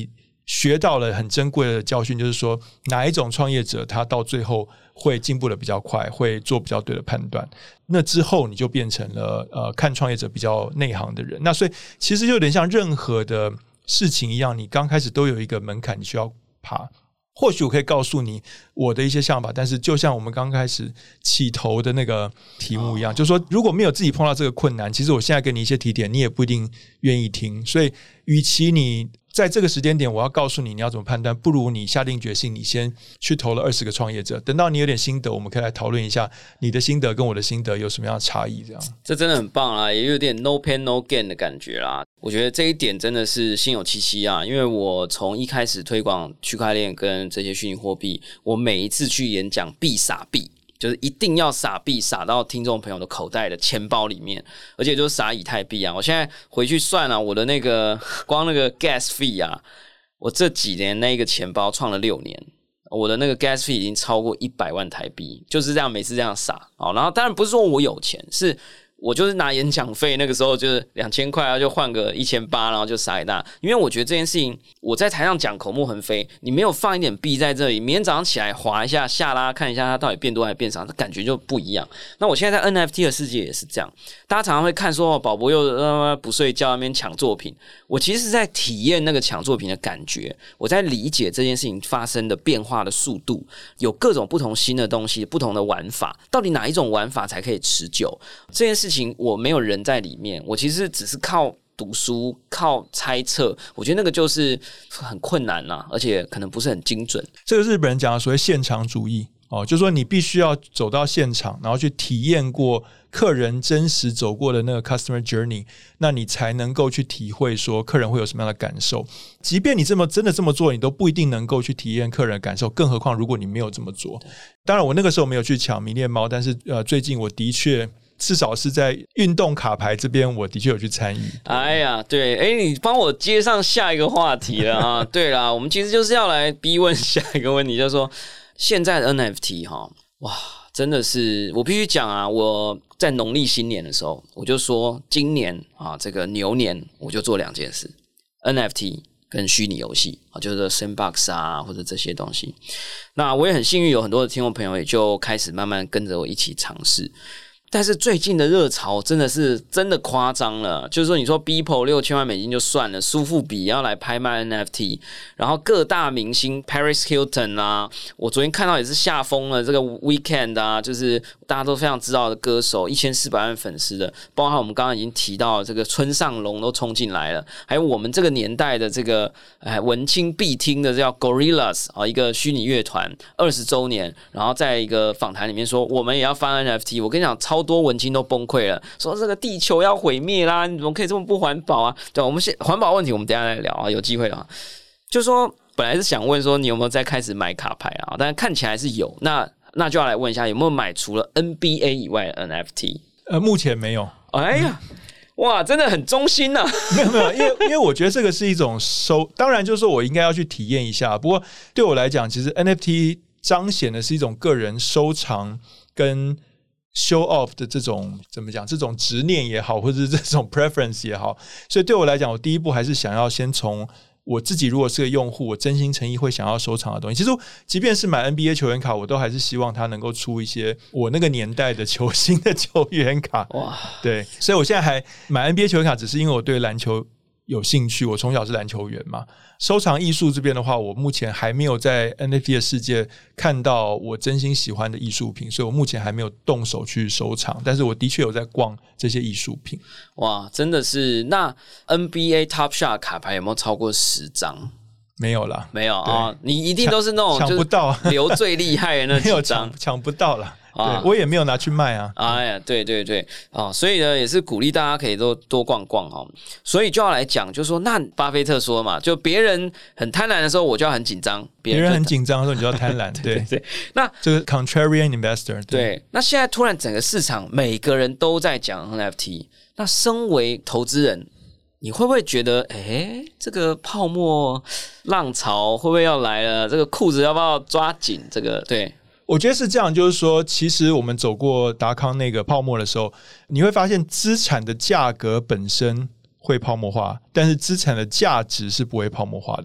学到了很珍贵的教训，就是说哪一种创业者他到最后会进步的比较快，会做比较对的判断，那之后你就变成了呃看创业者比较内行的人。那所以其实就有点像任何的事情一样，你刚开始都有一个门槛你需要爬。或许我可以告诉你我的一些想法，但是就像我们刚开始起头的那个题目一样，就是说如果没有自己碰到这个困难，其实我现在给你一些提点你也不一定愿意听。所以与其你在这个时间点我要告诉你你要怎么判断，不如你下定决心你先去投了二十个创业者，等到你有点心得，我们可以来讨论一下你的心得跟我的心得有什么样的差异。这样这真的很棒啦，也有点 no pain no gain 的感觉啦。我觉得这一点真的是心有戚戚啊，因为我从一开始推广区块链跟这些虚拟货币，我每一次去演讲必撒币，就是一定要撒币撒到听众朋友的口袋的钱包里面，而且就是撒以太币啊。我现在回去算了、啊，我的那个光那个 gas fee 啊，我这几年那个钱包创了六年，我的那个 gas fee 已经超过一百万台币，就是这样每次这样撒。好，然后当然不是说我有钱，是我就是拿演讲费，那个时候就是两千块，然后就换个一千八，然后就撒给大家。因为我觉得这件事情，我在台上讲口沫横飞，你没有放一点币在这里，明天早上起来滑一下下拉，看一下它到底变多还是变少，这感觉就不一样。那我现在在 N F T 的世界也是这样，大家常常会看说宝博又、呃、不睡觉那边抢作品，我其实是在体验那个抢作品的感觉，我在理解这件事情发生的变化的速度，有各种不同新的东西，不同的玩法，到底哪一种玩法才可以持久？这件事情我没有人在里面，我其实只是靠读书靠猜测，我觉得那个就是很困难啊，而且可能不是很精准。 这个日本人讲的所谓现场主义哦，就是说你必须要走到现场，然后去体验过客人真实走过的那个 customer journey， 那你才能够去体会说客人会有什么样的感受。即便你这么真的这么做，你都不一定能够去体验客人的感受，更何况如果你没有这么做。当然我那个时候没有去抢迷恋猫，但是呃，最近我的确至少是在运动卡牌这边我的确有去参与。 哎呀，对，哎，你帮我接上下一个话题了啊。对啦，我们其实就是要来逼问下一个问题，就是说现在的 N F T 哈，哇，真的是我必须讲啊，我在农历新年的时候我就说今年啊这个牛年我就做两件事， N F T 跟虚拟游戏啊，就是 Sandbox 啊或者这些东西。那我也很幸运有很多的听众朋友也就开始慢慢跟着我一起尝试。但是最近的热潮真的是真的夸张了，就是说你说 Beeple 六千万美金就算了，苏富比要来拍卖 N F T， 然后各大明星 Paris Hilton 啊，我昨天看到也是吓疯了，这个 Weekend 啊，就是大家都非常知道的歌手，一千四百万粉丝的，包括我们刚刚已经提到的这个村上隆都冲进来了，还有我们这个年代的这个哎文青必听的叫 Gorillaz 啊，一个虚拟乐团二十周年，然后在一个访谈里面说我们也要翻 N F T， 我跟你讲超多文青都崩溃了，说这个地球要毁灭啦，你怎么可以这么不环保啊？对，我们现环保问题我们等一下来聊啊，有机会了。就说本来是想问说你有没有在开始买卡牌啊，但是看起来是有，那那就要来问一下有没有买除了 N B A 以外的 N F T？ 呃，目前没有。 哎呀。嗯哇，真的很忠心啊！ 没有没有，因为因为我觉得这个是一种收，当然就是说我应该要去体验一下。不过对我来讲，其实 N F T 彰显的是一种个人收藏跟 show off 的这种怎么讲，这种执念也好，或者是这种 preference 也好。所以对我来讲，我第一步还是想要先从我自己如果是个用户，我真心诚意会想要收藏的东西。其实即便是买 N B A 球员卡，我都还是希望它能够出一些我那个年代的球星的球员卡。哇，对，所以我现在还买 N B A 球员卡，只是因为我对篮球有兴趣，我从小是篮球员嘛。收藏艺术这边的话，我目前还没有在 N F T 的世界看到我真心喜欢的艺术品，所以我目前还没有动手去收藏，但是我的确有在逛这些艺术品。 哇，真的是。那 N B A Top Shot 卡牌有没有超过十张？没有啦，没有啊，你一定都是那种抢不到， 留最厉害的那几张， 没有抢抢不到啦。啊、对，我也没有拿去卖啊。 哎呀，对对对啊，所以呢，也是鼓励大家可以多多逛逛哈。所以就要来讲，就说那巴菲特说嘛，就别人很贪婪的时候，我就要很紧张； 别人很紧张的时候，你就要贪婪。对 对, 对，那这个 contrarian investor 对。 对，那现在突然整个市场每个人都在讲 N F T， 那身为投资人，你会不会觉得，哎，这个泡沫浪潮会不会要来了？这个裤子要不要抓紧？这个对。 我觉得是这样，就是说其实我们走过达康那个泡沫的时候，你会发现资产的价格本身会泡沫化，但是资产的价值是不会泡沫化的。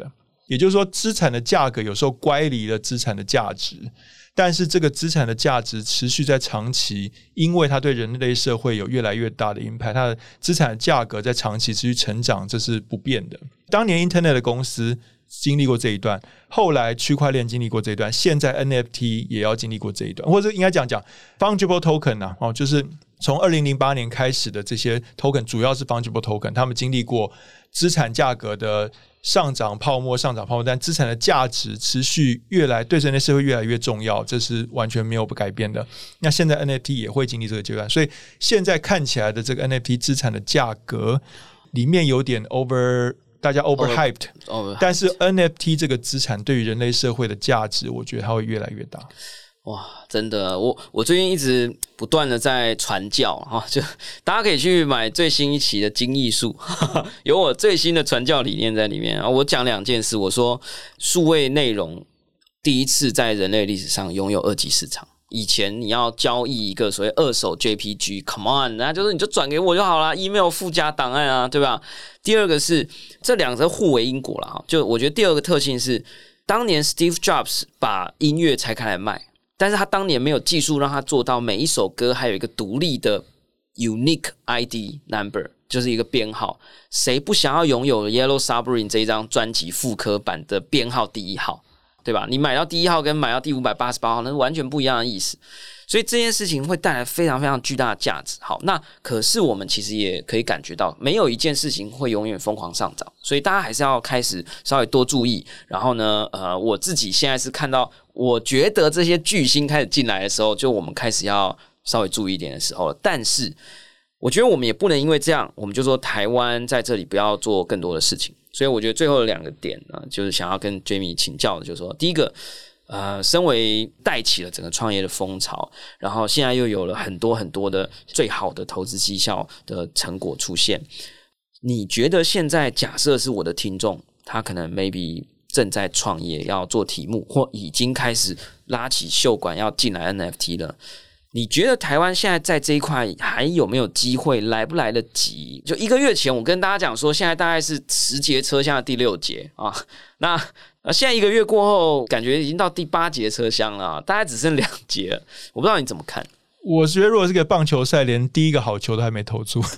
也就是说资产的价格有时候乖离了资产的价值，但是这个资产的价值持续在长期，因为它对人类社会有越来越大的 impact， 它的资产的价格在长期持续成长，这是不变的。当年 Internet 的公司经历过这一段，后来区块链经历过这一段，现在 N F T 也要经历过这一段，或者应该讲讲 Fungible Token 啊，哦，就是从二零零八年开始的这些 token 主要是 Fungible Token， 他们经历过资产价格的上涨泡沫上涨泡沫，但资产的价值持续越来对人类社会越来越重要，这是完全没有不改变的。那现在 N F T 也会经历这个阶段，所以现在看起来的这个 N F T 资产的价格里面有点 over， 大家 overhyped， over, 但是 N F T 这个资产对于人类社会的价值，我觉得它会越来越大。 哇，真的，我我最近一直不断的在传教哈，就大家可以去买最新一期的金艺术，有我最新的传教理念在里面啊。我讲两件事，我说数位内容第一次在人类历史上拥有二级市场。以前你要交易一个所谓二手 J P G，Come on， 那就是你就转给我就好啦 ，email 附加档案啊，对吧？第二个是这两个互为因果啦，就我觉得第二个特性是，当年 Steve Jobs 把音乐拆开来卖。但是他当年没有技术让他做到每一首歌还有一个独立的 unique I D number， 就是一个编号。谁不想要拥有 Yellow Submarine 这一张专辑复刻版的编号第一号，对吧？你买到第一号跟买到第五百八十八号那是完全不一样的意思。所以这件事情会带来非常非常巨大的价值。好，那可是我们其实也可以感觉到，没有一件事情会永远疯狂上涨，所以大家还是要开始稍微多注意。然后呢，呃，我自己现在是看到，我觉得这些巨星开始进来的时候，就我们开始要稍微注意一点的时候了。但是，我觉得我们也不能因为这样，我们就说台湾在这里不要做更多的事情。所以，我觉得最后的两个点呢，就是想要跟 Jamie 请教的，就是说，第一个。呃，身为带起了整个创业的风潮，然后现在又有了很多很多的最好的投资绩效的成果出现，你觉得现在假设是我的听众，他可能 maybe 正在创业要做题目，或已经开始拉起袖管要进来 N F T 了，你觉得台湾现在在这一块还有没有机会，来不来得及？就一个月前我跟大家讲说，现在大概是十节车厢的第六节啊，那呃，现在一个月过后，感觉已经到第八节车厢了，大概只剩两节了。我不知道你怎么看？ 我觉得如果是个棒球赛，连第一个好球都还没投出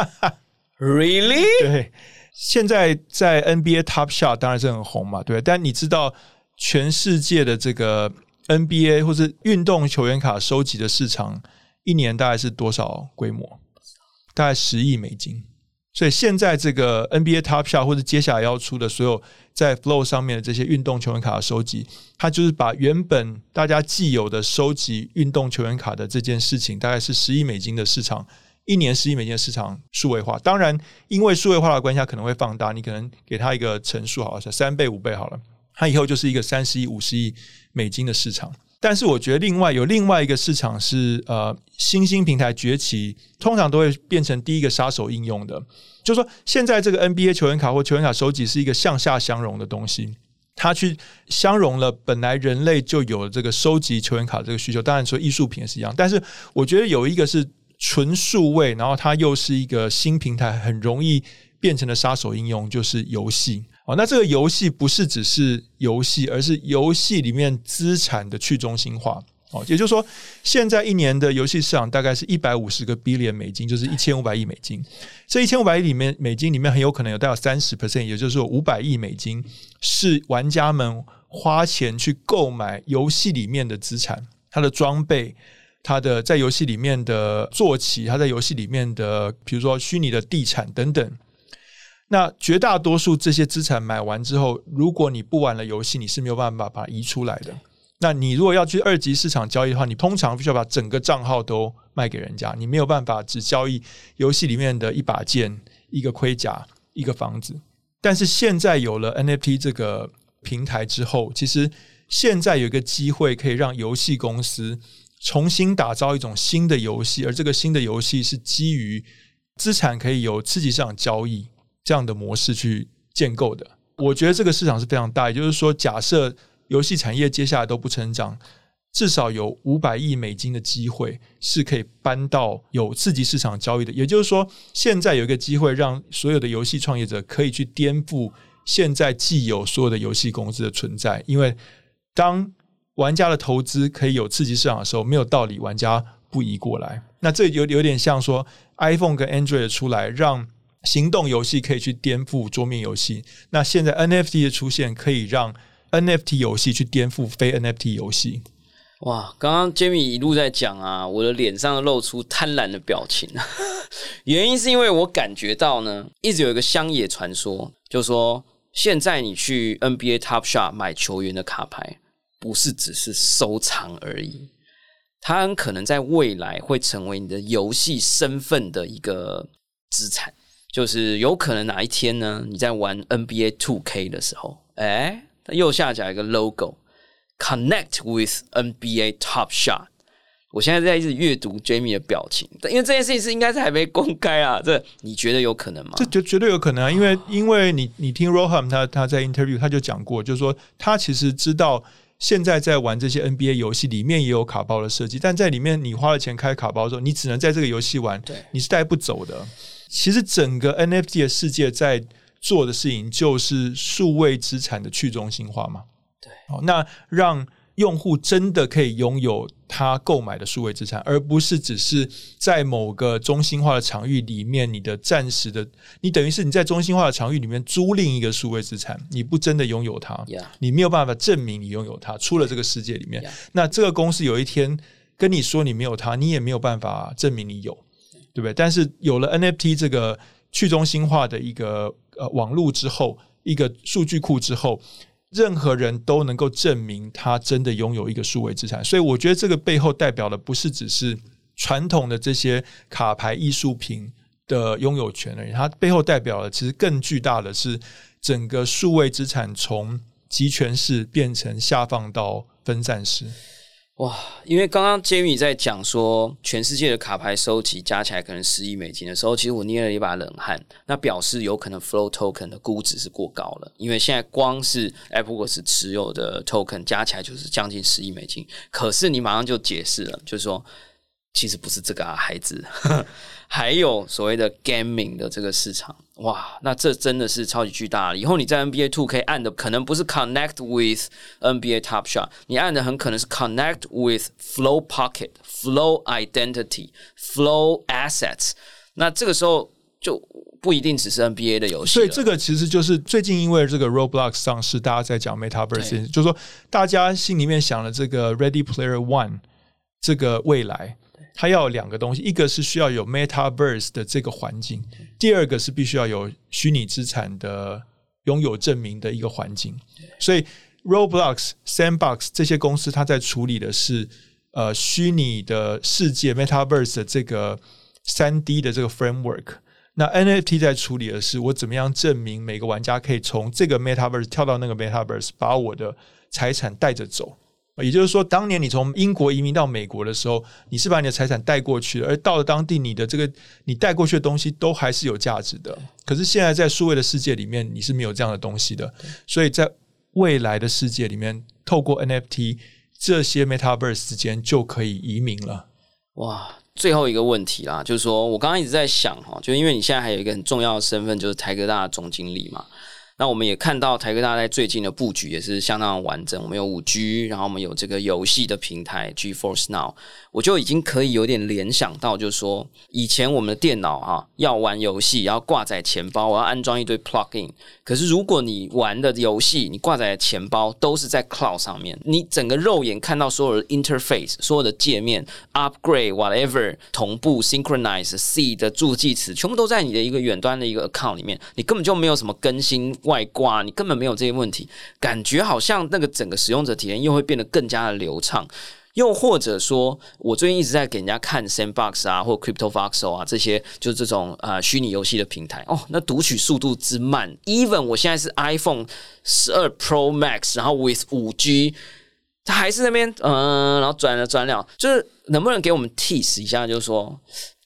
，Really？ 对，现在在 N B A Top Shot 当然是很红嘛，对，但你知道全世界的这个 N B A 或是运动球员卡收集的市场，一年大概是多少规模？大概十亿美金。所以现在这个 N B A Top Shot 或者接下来要出的所有在 Flow 上面的这些运动球员卡的收集，它就是把原本大家既有的收集运动球员卡的这件事情，大概是十亿美金的市场，一年十亿美金的市场数位化。当然，因为数位化的关系，它可能会放大，你可能给它一个乘数好了，三倍五倍好了，它以后就是一个三十亿、五十亿美金的市场。但是我觉得另外有另外一个市场是呃新兴平台崛起，通常都会变成第一个杀手应用的。就是说现在这个 N B A 球员卡或球员卡收集是一个向下相容的东西，它去相容了本来人类就有了这个收集球员卡这个需求。当然说艺术品也是一样，但是我觉得有一个是纯数位，然后它又是一个新平台，很容易变成的杀手应用，就是游戏。哦，那这个游戏不是只是游戏，而是游戏里面资产的去中心化。哦，也就是说，现在一年的游戏市场大概是一百五十个 billion 美金，就是一千五百亿美金。这一千五百亿里面美金里面很有可能有大概 百分之三十， 也就是说五百亿美金是玩家们花钱去购买游戏里面的资产，它的装备，它的在游戏里面的坐骑，它在游戏里面的比如说虚拟的地产等等。那绝大多数这些资产买完之后，如果你不玩了游戏，你是没有办法把它移出来的。那你如果要去二级市场交易的话，你通常必须要把整个账号都卖给人家，你没有办法只交易游戏里面的一把剑、一个盔甲、一个房子。但是现在有了 N F T 这个平台之后，其实现在有一个机会可以让游戏公司重新打造一种新的游戏，而这个新的游戏是基于资产可以由次级市场交易这样的模式去建构的。我觉得这个市场是非常大，也就是说假设游戏产业接下来都不成长，至少有五百亿美金的机会是可以搬到有次级市场交易的。也就是说现在有一个机会让所有的游戏创业者可以去颠覆现在既有所有的游戏公司的存在，因为当玩家的投资可以有刺激市场的时候，没有道理玩家不移过来。那这 有, 有点像说 iPhone 跟 Android 出来，让行动游戏可以去颠覆桌面游戏。那现在 N F T 的出现，可以让 N F T 游戏去颠覆非 N F T 游戏。 哇，刚刚 Jamie 一路在讲啊，我的脸上露出贪婪的表情。原因是因为我感觉到呢，一直有一个乡野传说，就说现在你去 N B A Top Shot 买球员的卡牌，不是只是收藏而已，它很可能在未来会成为你的游戏身份的一个资产。就是有可能哪一天呢，你在玩 N B A 二 K 的时候，哎，它右下角有一个 logo Connect with N B A Top Shot。 我现在在一直阅读 Jamie 的表情，因为这件事情是应该是还没公开啊，这你觉得有可能吗？ 这绝绝对有可能啊，因为因为你你听 Roham 他他在 interview 他就讲过，就是说他其实知道现在在玩这些 N B A 游戏里面也有卡包的设计，但在里面你花了钱开卡包的时候，你只能在这个游戏玩，你是带不走的。其实整个 N F T 的世界在做的事情就是数位资产的去中心化嘛。 对， 哦，那让用户真的可以拥有他购买的数位资产，而不是只是在某个中心化的场域里面，你的暂时的，你等于是你在中心化的场域里面租赁一个数位资产，你不真的拥有它， yeah. 你没有办法证明你拥有它，出了这个世界里面， yeah. 那这个公司有一天跟你说你没有它，你也没有办法证明你有，对不对？但是有了 N F T 这个去中心化的一个呃网络之后，一个数据库之后，任何人都能够证明他真的拥有一个数位资产。所以我觉得这个背后代表的不是只是传统的这些卡牌艺术品的拥有权而已，它背后代表的其实更巨大的是整个数位资产从集权式变成下放到分散式。 哇，因为刚刚 Jamie 在讲说全世界的卡牌收集加起来可能十亿美金的时候，其实我捏了一把冷汗，那表示有可能 Flow Token 的估值是过高了，因为现在光是 AppWorks 持有的 Token 加起来就是将近十亿美金，可是你马上就解释了，就是说其实不是这个啊，孩子还有所谓的 gaming 的这个市场。哇，那这真的是超级巨大了。以后你在 N B A 二 K 按的可能不是 Connect with N B A Top Shot， 你按的很可能是 Connect with Flow Pocket Flow Identity Flow Assets， 那这个时候就不一定只是 N B A 的游戏了。 所以这个其实就是最近因为这个 Roblox 上市，大家在讲 Metaverse， 就是说大家心里面想了这个 Ready Player One 这个未来，它要有两个东西，一个是需要有 Metaverse 的这个环境，第二个是必须要有虚拟资产的拥有证明的一个环境。所以 Roblox、Sandbox 这些公司，它在处理的是呃虚拟的世界 Metaverse 的这个 三 D 的这个 framework。那 N F T 在处理的是我怎么样证明每个玩家可以从这个 Metaverse 跳到那个 Metaverse， 把我的财产带着走。也就是说，当年你从英国移民到美国的时候，你是把你的财产带过去的，而到了当地，你的这个你带过去的东西都还是有价值的。可是现在在数位的世界里面，你是没有这样的东西的。所以在未来的世界里面，透过 N F T 这些 Metaverse 之间就可以移民了。 哇！最后一个问题啦，就是说我刚刚一直在想，就因为你现在还有一个很重要的身份，就是台哥大的总经理嘛。那我们也看到台哥大在最近的布局也是相当完整，我们有 五 G， 然后我们有这个游戏的平台 GeForce Now， 我就已经可以有点联想到，就是说以前我们的电脑啊要玩游戏要挂载钱包，我要安装一堆 plugin， 可是如果你玩的游戏你挂载的钱包都是在 cloud 上面，你整个肉眼看到所有的 interface 所有的界面 upgrade whatever 同步 synchronize C 的助记词全部都在你的一个远端的一个 account 里面，你根本就没有什么更新外挂，你根本没有这些问题，感觉好像那个整个使用者体验又会变得更加的流畅。又或者说我最近一直在给人家看 Sandbox 啊或 CryptoVoxel 啊这些就是这种呃虚拟游戏的平台哦，那读取速度之慢 even 我现在是 iPhone 十二 Pro Max 然后 with 五 G 它还是那边嗯、呃，然后转了转了，就是能不能给我们 tease 一下，就是说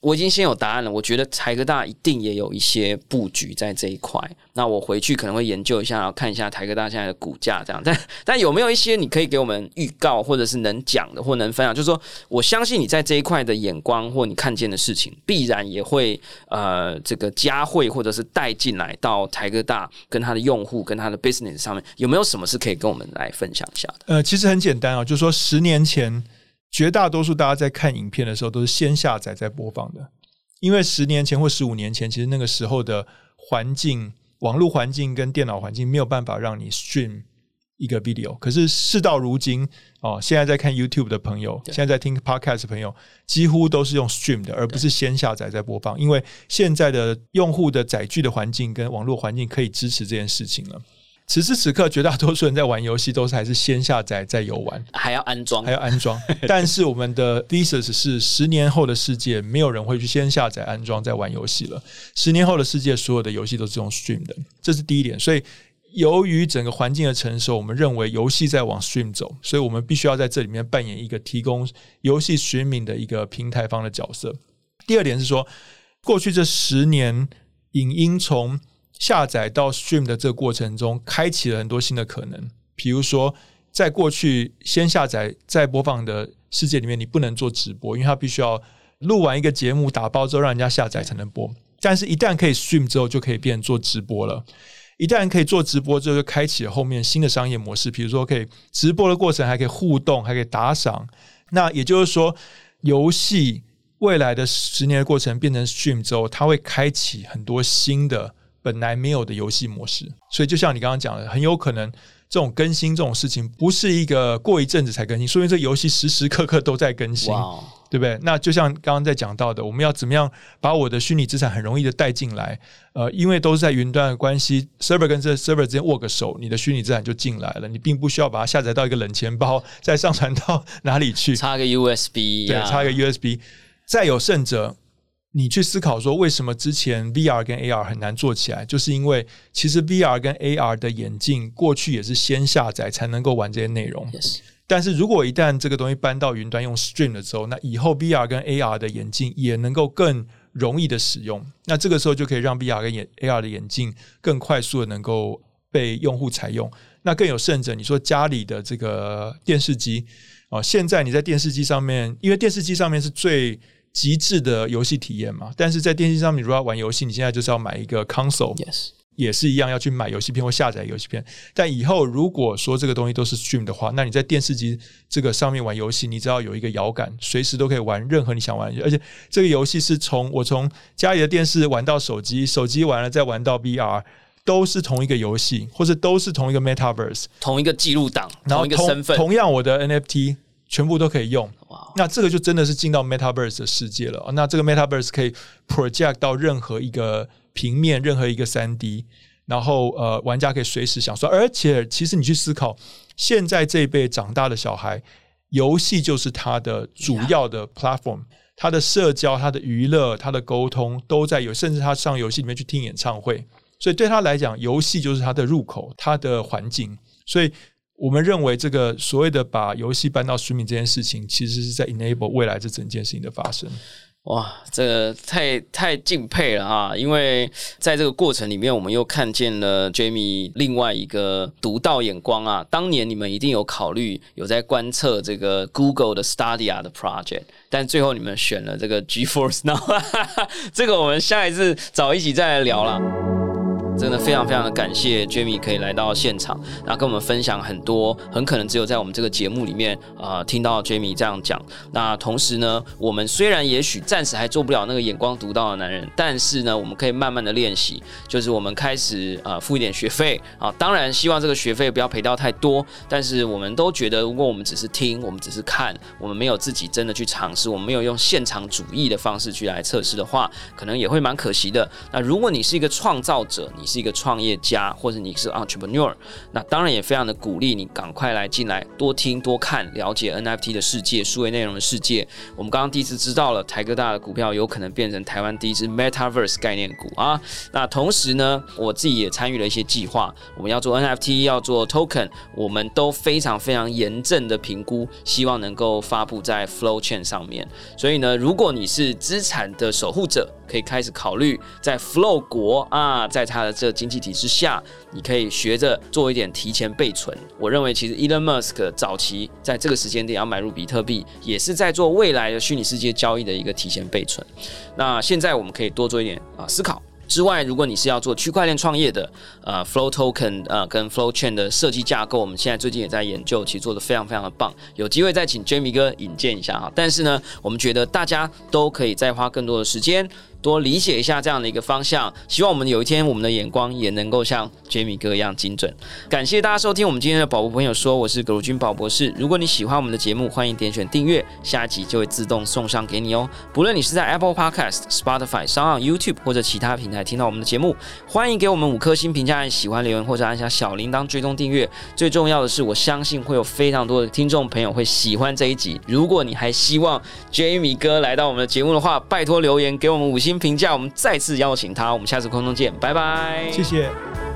我已经先有答案了，我觉得台科大一定也有一些布局在这一块。那我回去可能会研究一下，看一下台科大现在的股价这样。但但有没有一些你可以给我们预告，或者是能讲的，或能分享？就是说，我相信你在这一块的眼光，或你看见的事情，必然也会呃这个加惠，或者是带进来到台科大跟他的用户跟他的 business 上面，有没有什么是可以跟我们来分享一下的？ 呃，其实很简单啊，就是说十年前。绝大多数大家在看影片的时候都是先下载再播放的，因为十年前或十五年前，其实那个时候的环境、网络环境跟电脑环境没有办法让你 stream 一个 video。可是事到如今，哦，现在在看 YouTube 的朋友，现在在听 Podcast 的朋友，几乎都是用 stream 的，而不是先下载再播放，因为现在的用户的载具的环境跟网络环境可以支持这件事情了。此时此刻，绝大多数人在玩游戏都是还是先下载再游玩， 还要安装， 还要安装。但是我们的 thesis 是，十年后的世界，没有人会去先下载安装再玩游戏了。十年后的世界，所有的游戏都是用 stream 的，这是第一点。所以，由于整个环境的成熟，我们认为游戏在往 stream 走，所以我们必须要在这里面扮演一个提供游戏 streaming 的一个平台方的角色。第二点是说，过去这十年，影音从下载到 stream 的这个过程中，开启了很多新的可能。比如说，在过去先下载再播放的世界里面，你不能做直播，因为它必须要录完一个节目打包之后让人家下载才能播。但是一旦可以 stream 之后，就可以变成做直播了。一旦可以做直播之后，就开启了后面新的商业模式。比如说，可以直播的过程还可以互动，还可以打赏。那也就是说，游戏未来的十年的过程变成 stream 之后，它会开启很多新的本来没有的游戏模式。所以就像你刚刚讲的，很有可能这种更新这种事情不是一个过一阵子才更新，说明这游戏时时刻刻都在更新， wow. 对不对？那就像刚刚在讲到的，我们要怎么样把我的虚拟资产很容易的带进来，呃，因为都是在云端的关系， server 跟这 server 之间握个手，你的虚拟资产就进来了，你并不需要把它下载到一个冷钱包再上传到哪里去， 插个 U S B， 对，插个 U S B。 再有甚者，你去思考说为什么之前 V R 跟 A R 很难做起来，就是因为其实 V R 跟 A R 的眼镜过去也是先下载才能够玩这些内容， yes. 但是如果一旦这个东西搬到云端用 stream 的时候，那以后 V R 跟 A R 的眼镜也能够更容易的使用，那这个时候就可以让 V R 跟 A R 的眼镜更快速的能够被用户采用。那更有甚者，你说家里的这个电视机、哦、现在你在电视机上面，因为电视机上面是最极致的游戏体验嘛，但是在电视上面如果要玩游戏，你现在就是要买一个 console， yes. 也是一样要去买游戏片或下载游戏片。但以后如果说这个东西都是 stream 的话，那你在电视机这个上面玩游戏，你只要有一个摇杆，随时都可以玩任何你想玩的，而且这个游戏是从我从家里的电视玩到手机，手机玩了再玩到 V R， 都是同一个游戏，或者都是同一个 metaverse， 同一个记录档，同一个身份， 同样我的 N F T全部都可以用， wow. 那这个就真的是进到 Metaverse 的世界了。那这个 Metaverse 可以 project 到任何一个平面，任何一个 三 D， 然后呃，玩家可以随时享受。而且其实你去思考，现在这一辈长大的小孩，游戏就是他的主要的 platform， 他的社交、他的娱乐、他的沟通都在有，甚至他上游戏里面去听演唱会，所以对他来讲，游戏就是他的入口，他的环境。所以我们认为这个所谓的把游戏搬到streaming这件事情，其实是在 enable 未来这整件事情的发生。 哇，这个太太敬佩了啊！因为在这个过程里面，我们又看见了 Jamie 另外一个独到眼光啊。当年你们一定有考虑，有在观测这个 Google 的 Stadia 的 project， 但最后你们选了这个 GeForce Now， 这个我们下一次早一起再来聊啦。真的非常非常的感谢 Jamie 可以来到现场，然后跟我们分享很多很可能只有在我们这个节目里面呃听到 Jamie 这样讲。那同时呢，我们虽然也许暂时还做不了那个眼光独到的男人，但是呢，我们可以慢慢的练习，就是我们开始呃付一点学费啊。当然希望这个学费不要赔到太多，但是我们都觉得，如果我们只是听，我们只是看，我们没有自己真的去尝试，我们没有用现场主义的方式去来测试的话，可能也会蛮可惜的。那如果你是一个创造者，你是一个创业家，或者你是 entrepreneur， 那当然也非常的鼓励你赶快来进来，多听多看，了解 N F T 的世界、数位内容的世界。我们刚刚第一次知道了台哥大的股票有可能变成台湾第一支 Metaverse 概念股啊。那同时呢，我自己也参与了一些计划，我们要做 N F T， 要做 Token， 我们都非常非常严正的评估，希望能够发布在 Flow Chain 上面。所以呢，如果你是资产的守护者，可以开始考虑在 Flow 国啊，在它的这个经济体之下，你可以学着做一点提前备存。我认为其实 Elon Musk 早期在这个时间点要买入比特币，也是在做未来的虚拟世界交易的一个提前备存。那现在我们可以多做一点啊思考。之外，如果你是要做区块链创业的，呃 ，Flow Token 呃跟 Flow Chain 的设计架构，我们现在最近也在研究，其实做得非常非常的棒。有机会再请 Jamie 哥引荐一下哈。但是呢，我们觉得大家都可以再花更多的时间，多理解一下这样的一个方向。希望我们有一天我们的眼光也能够像 Jamie 哥一样精准。感谢大家收听我们今天的宝博朋友说，我是葛如君宝博士。如果你喜欢我们的节目，欢迎点选订阅，下一集就会自动送上给你哦。不论你是在 Apple Podcast、Spotify、SoundOn、YouTube 或者其他平台听到我们的节目，欢迎给我们五颗星评价，按喜欢留言或者按下小铃铛追踪订阅。最重要的是，我相信会有非常多的听众朋友会喜欢这一集。如果你还希望 Jamie 哥来到我们的节目的话，拜托留言给我们五星评价，我们再次邀请他。我们下次空中见，拜拜， 谢谢。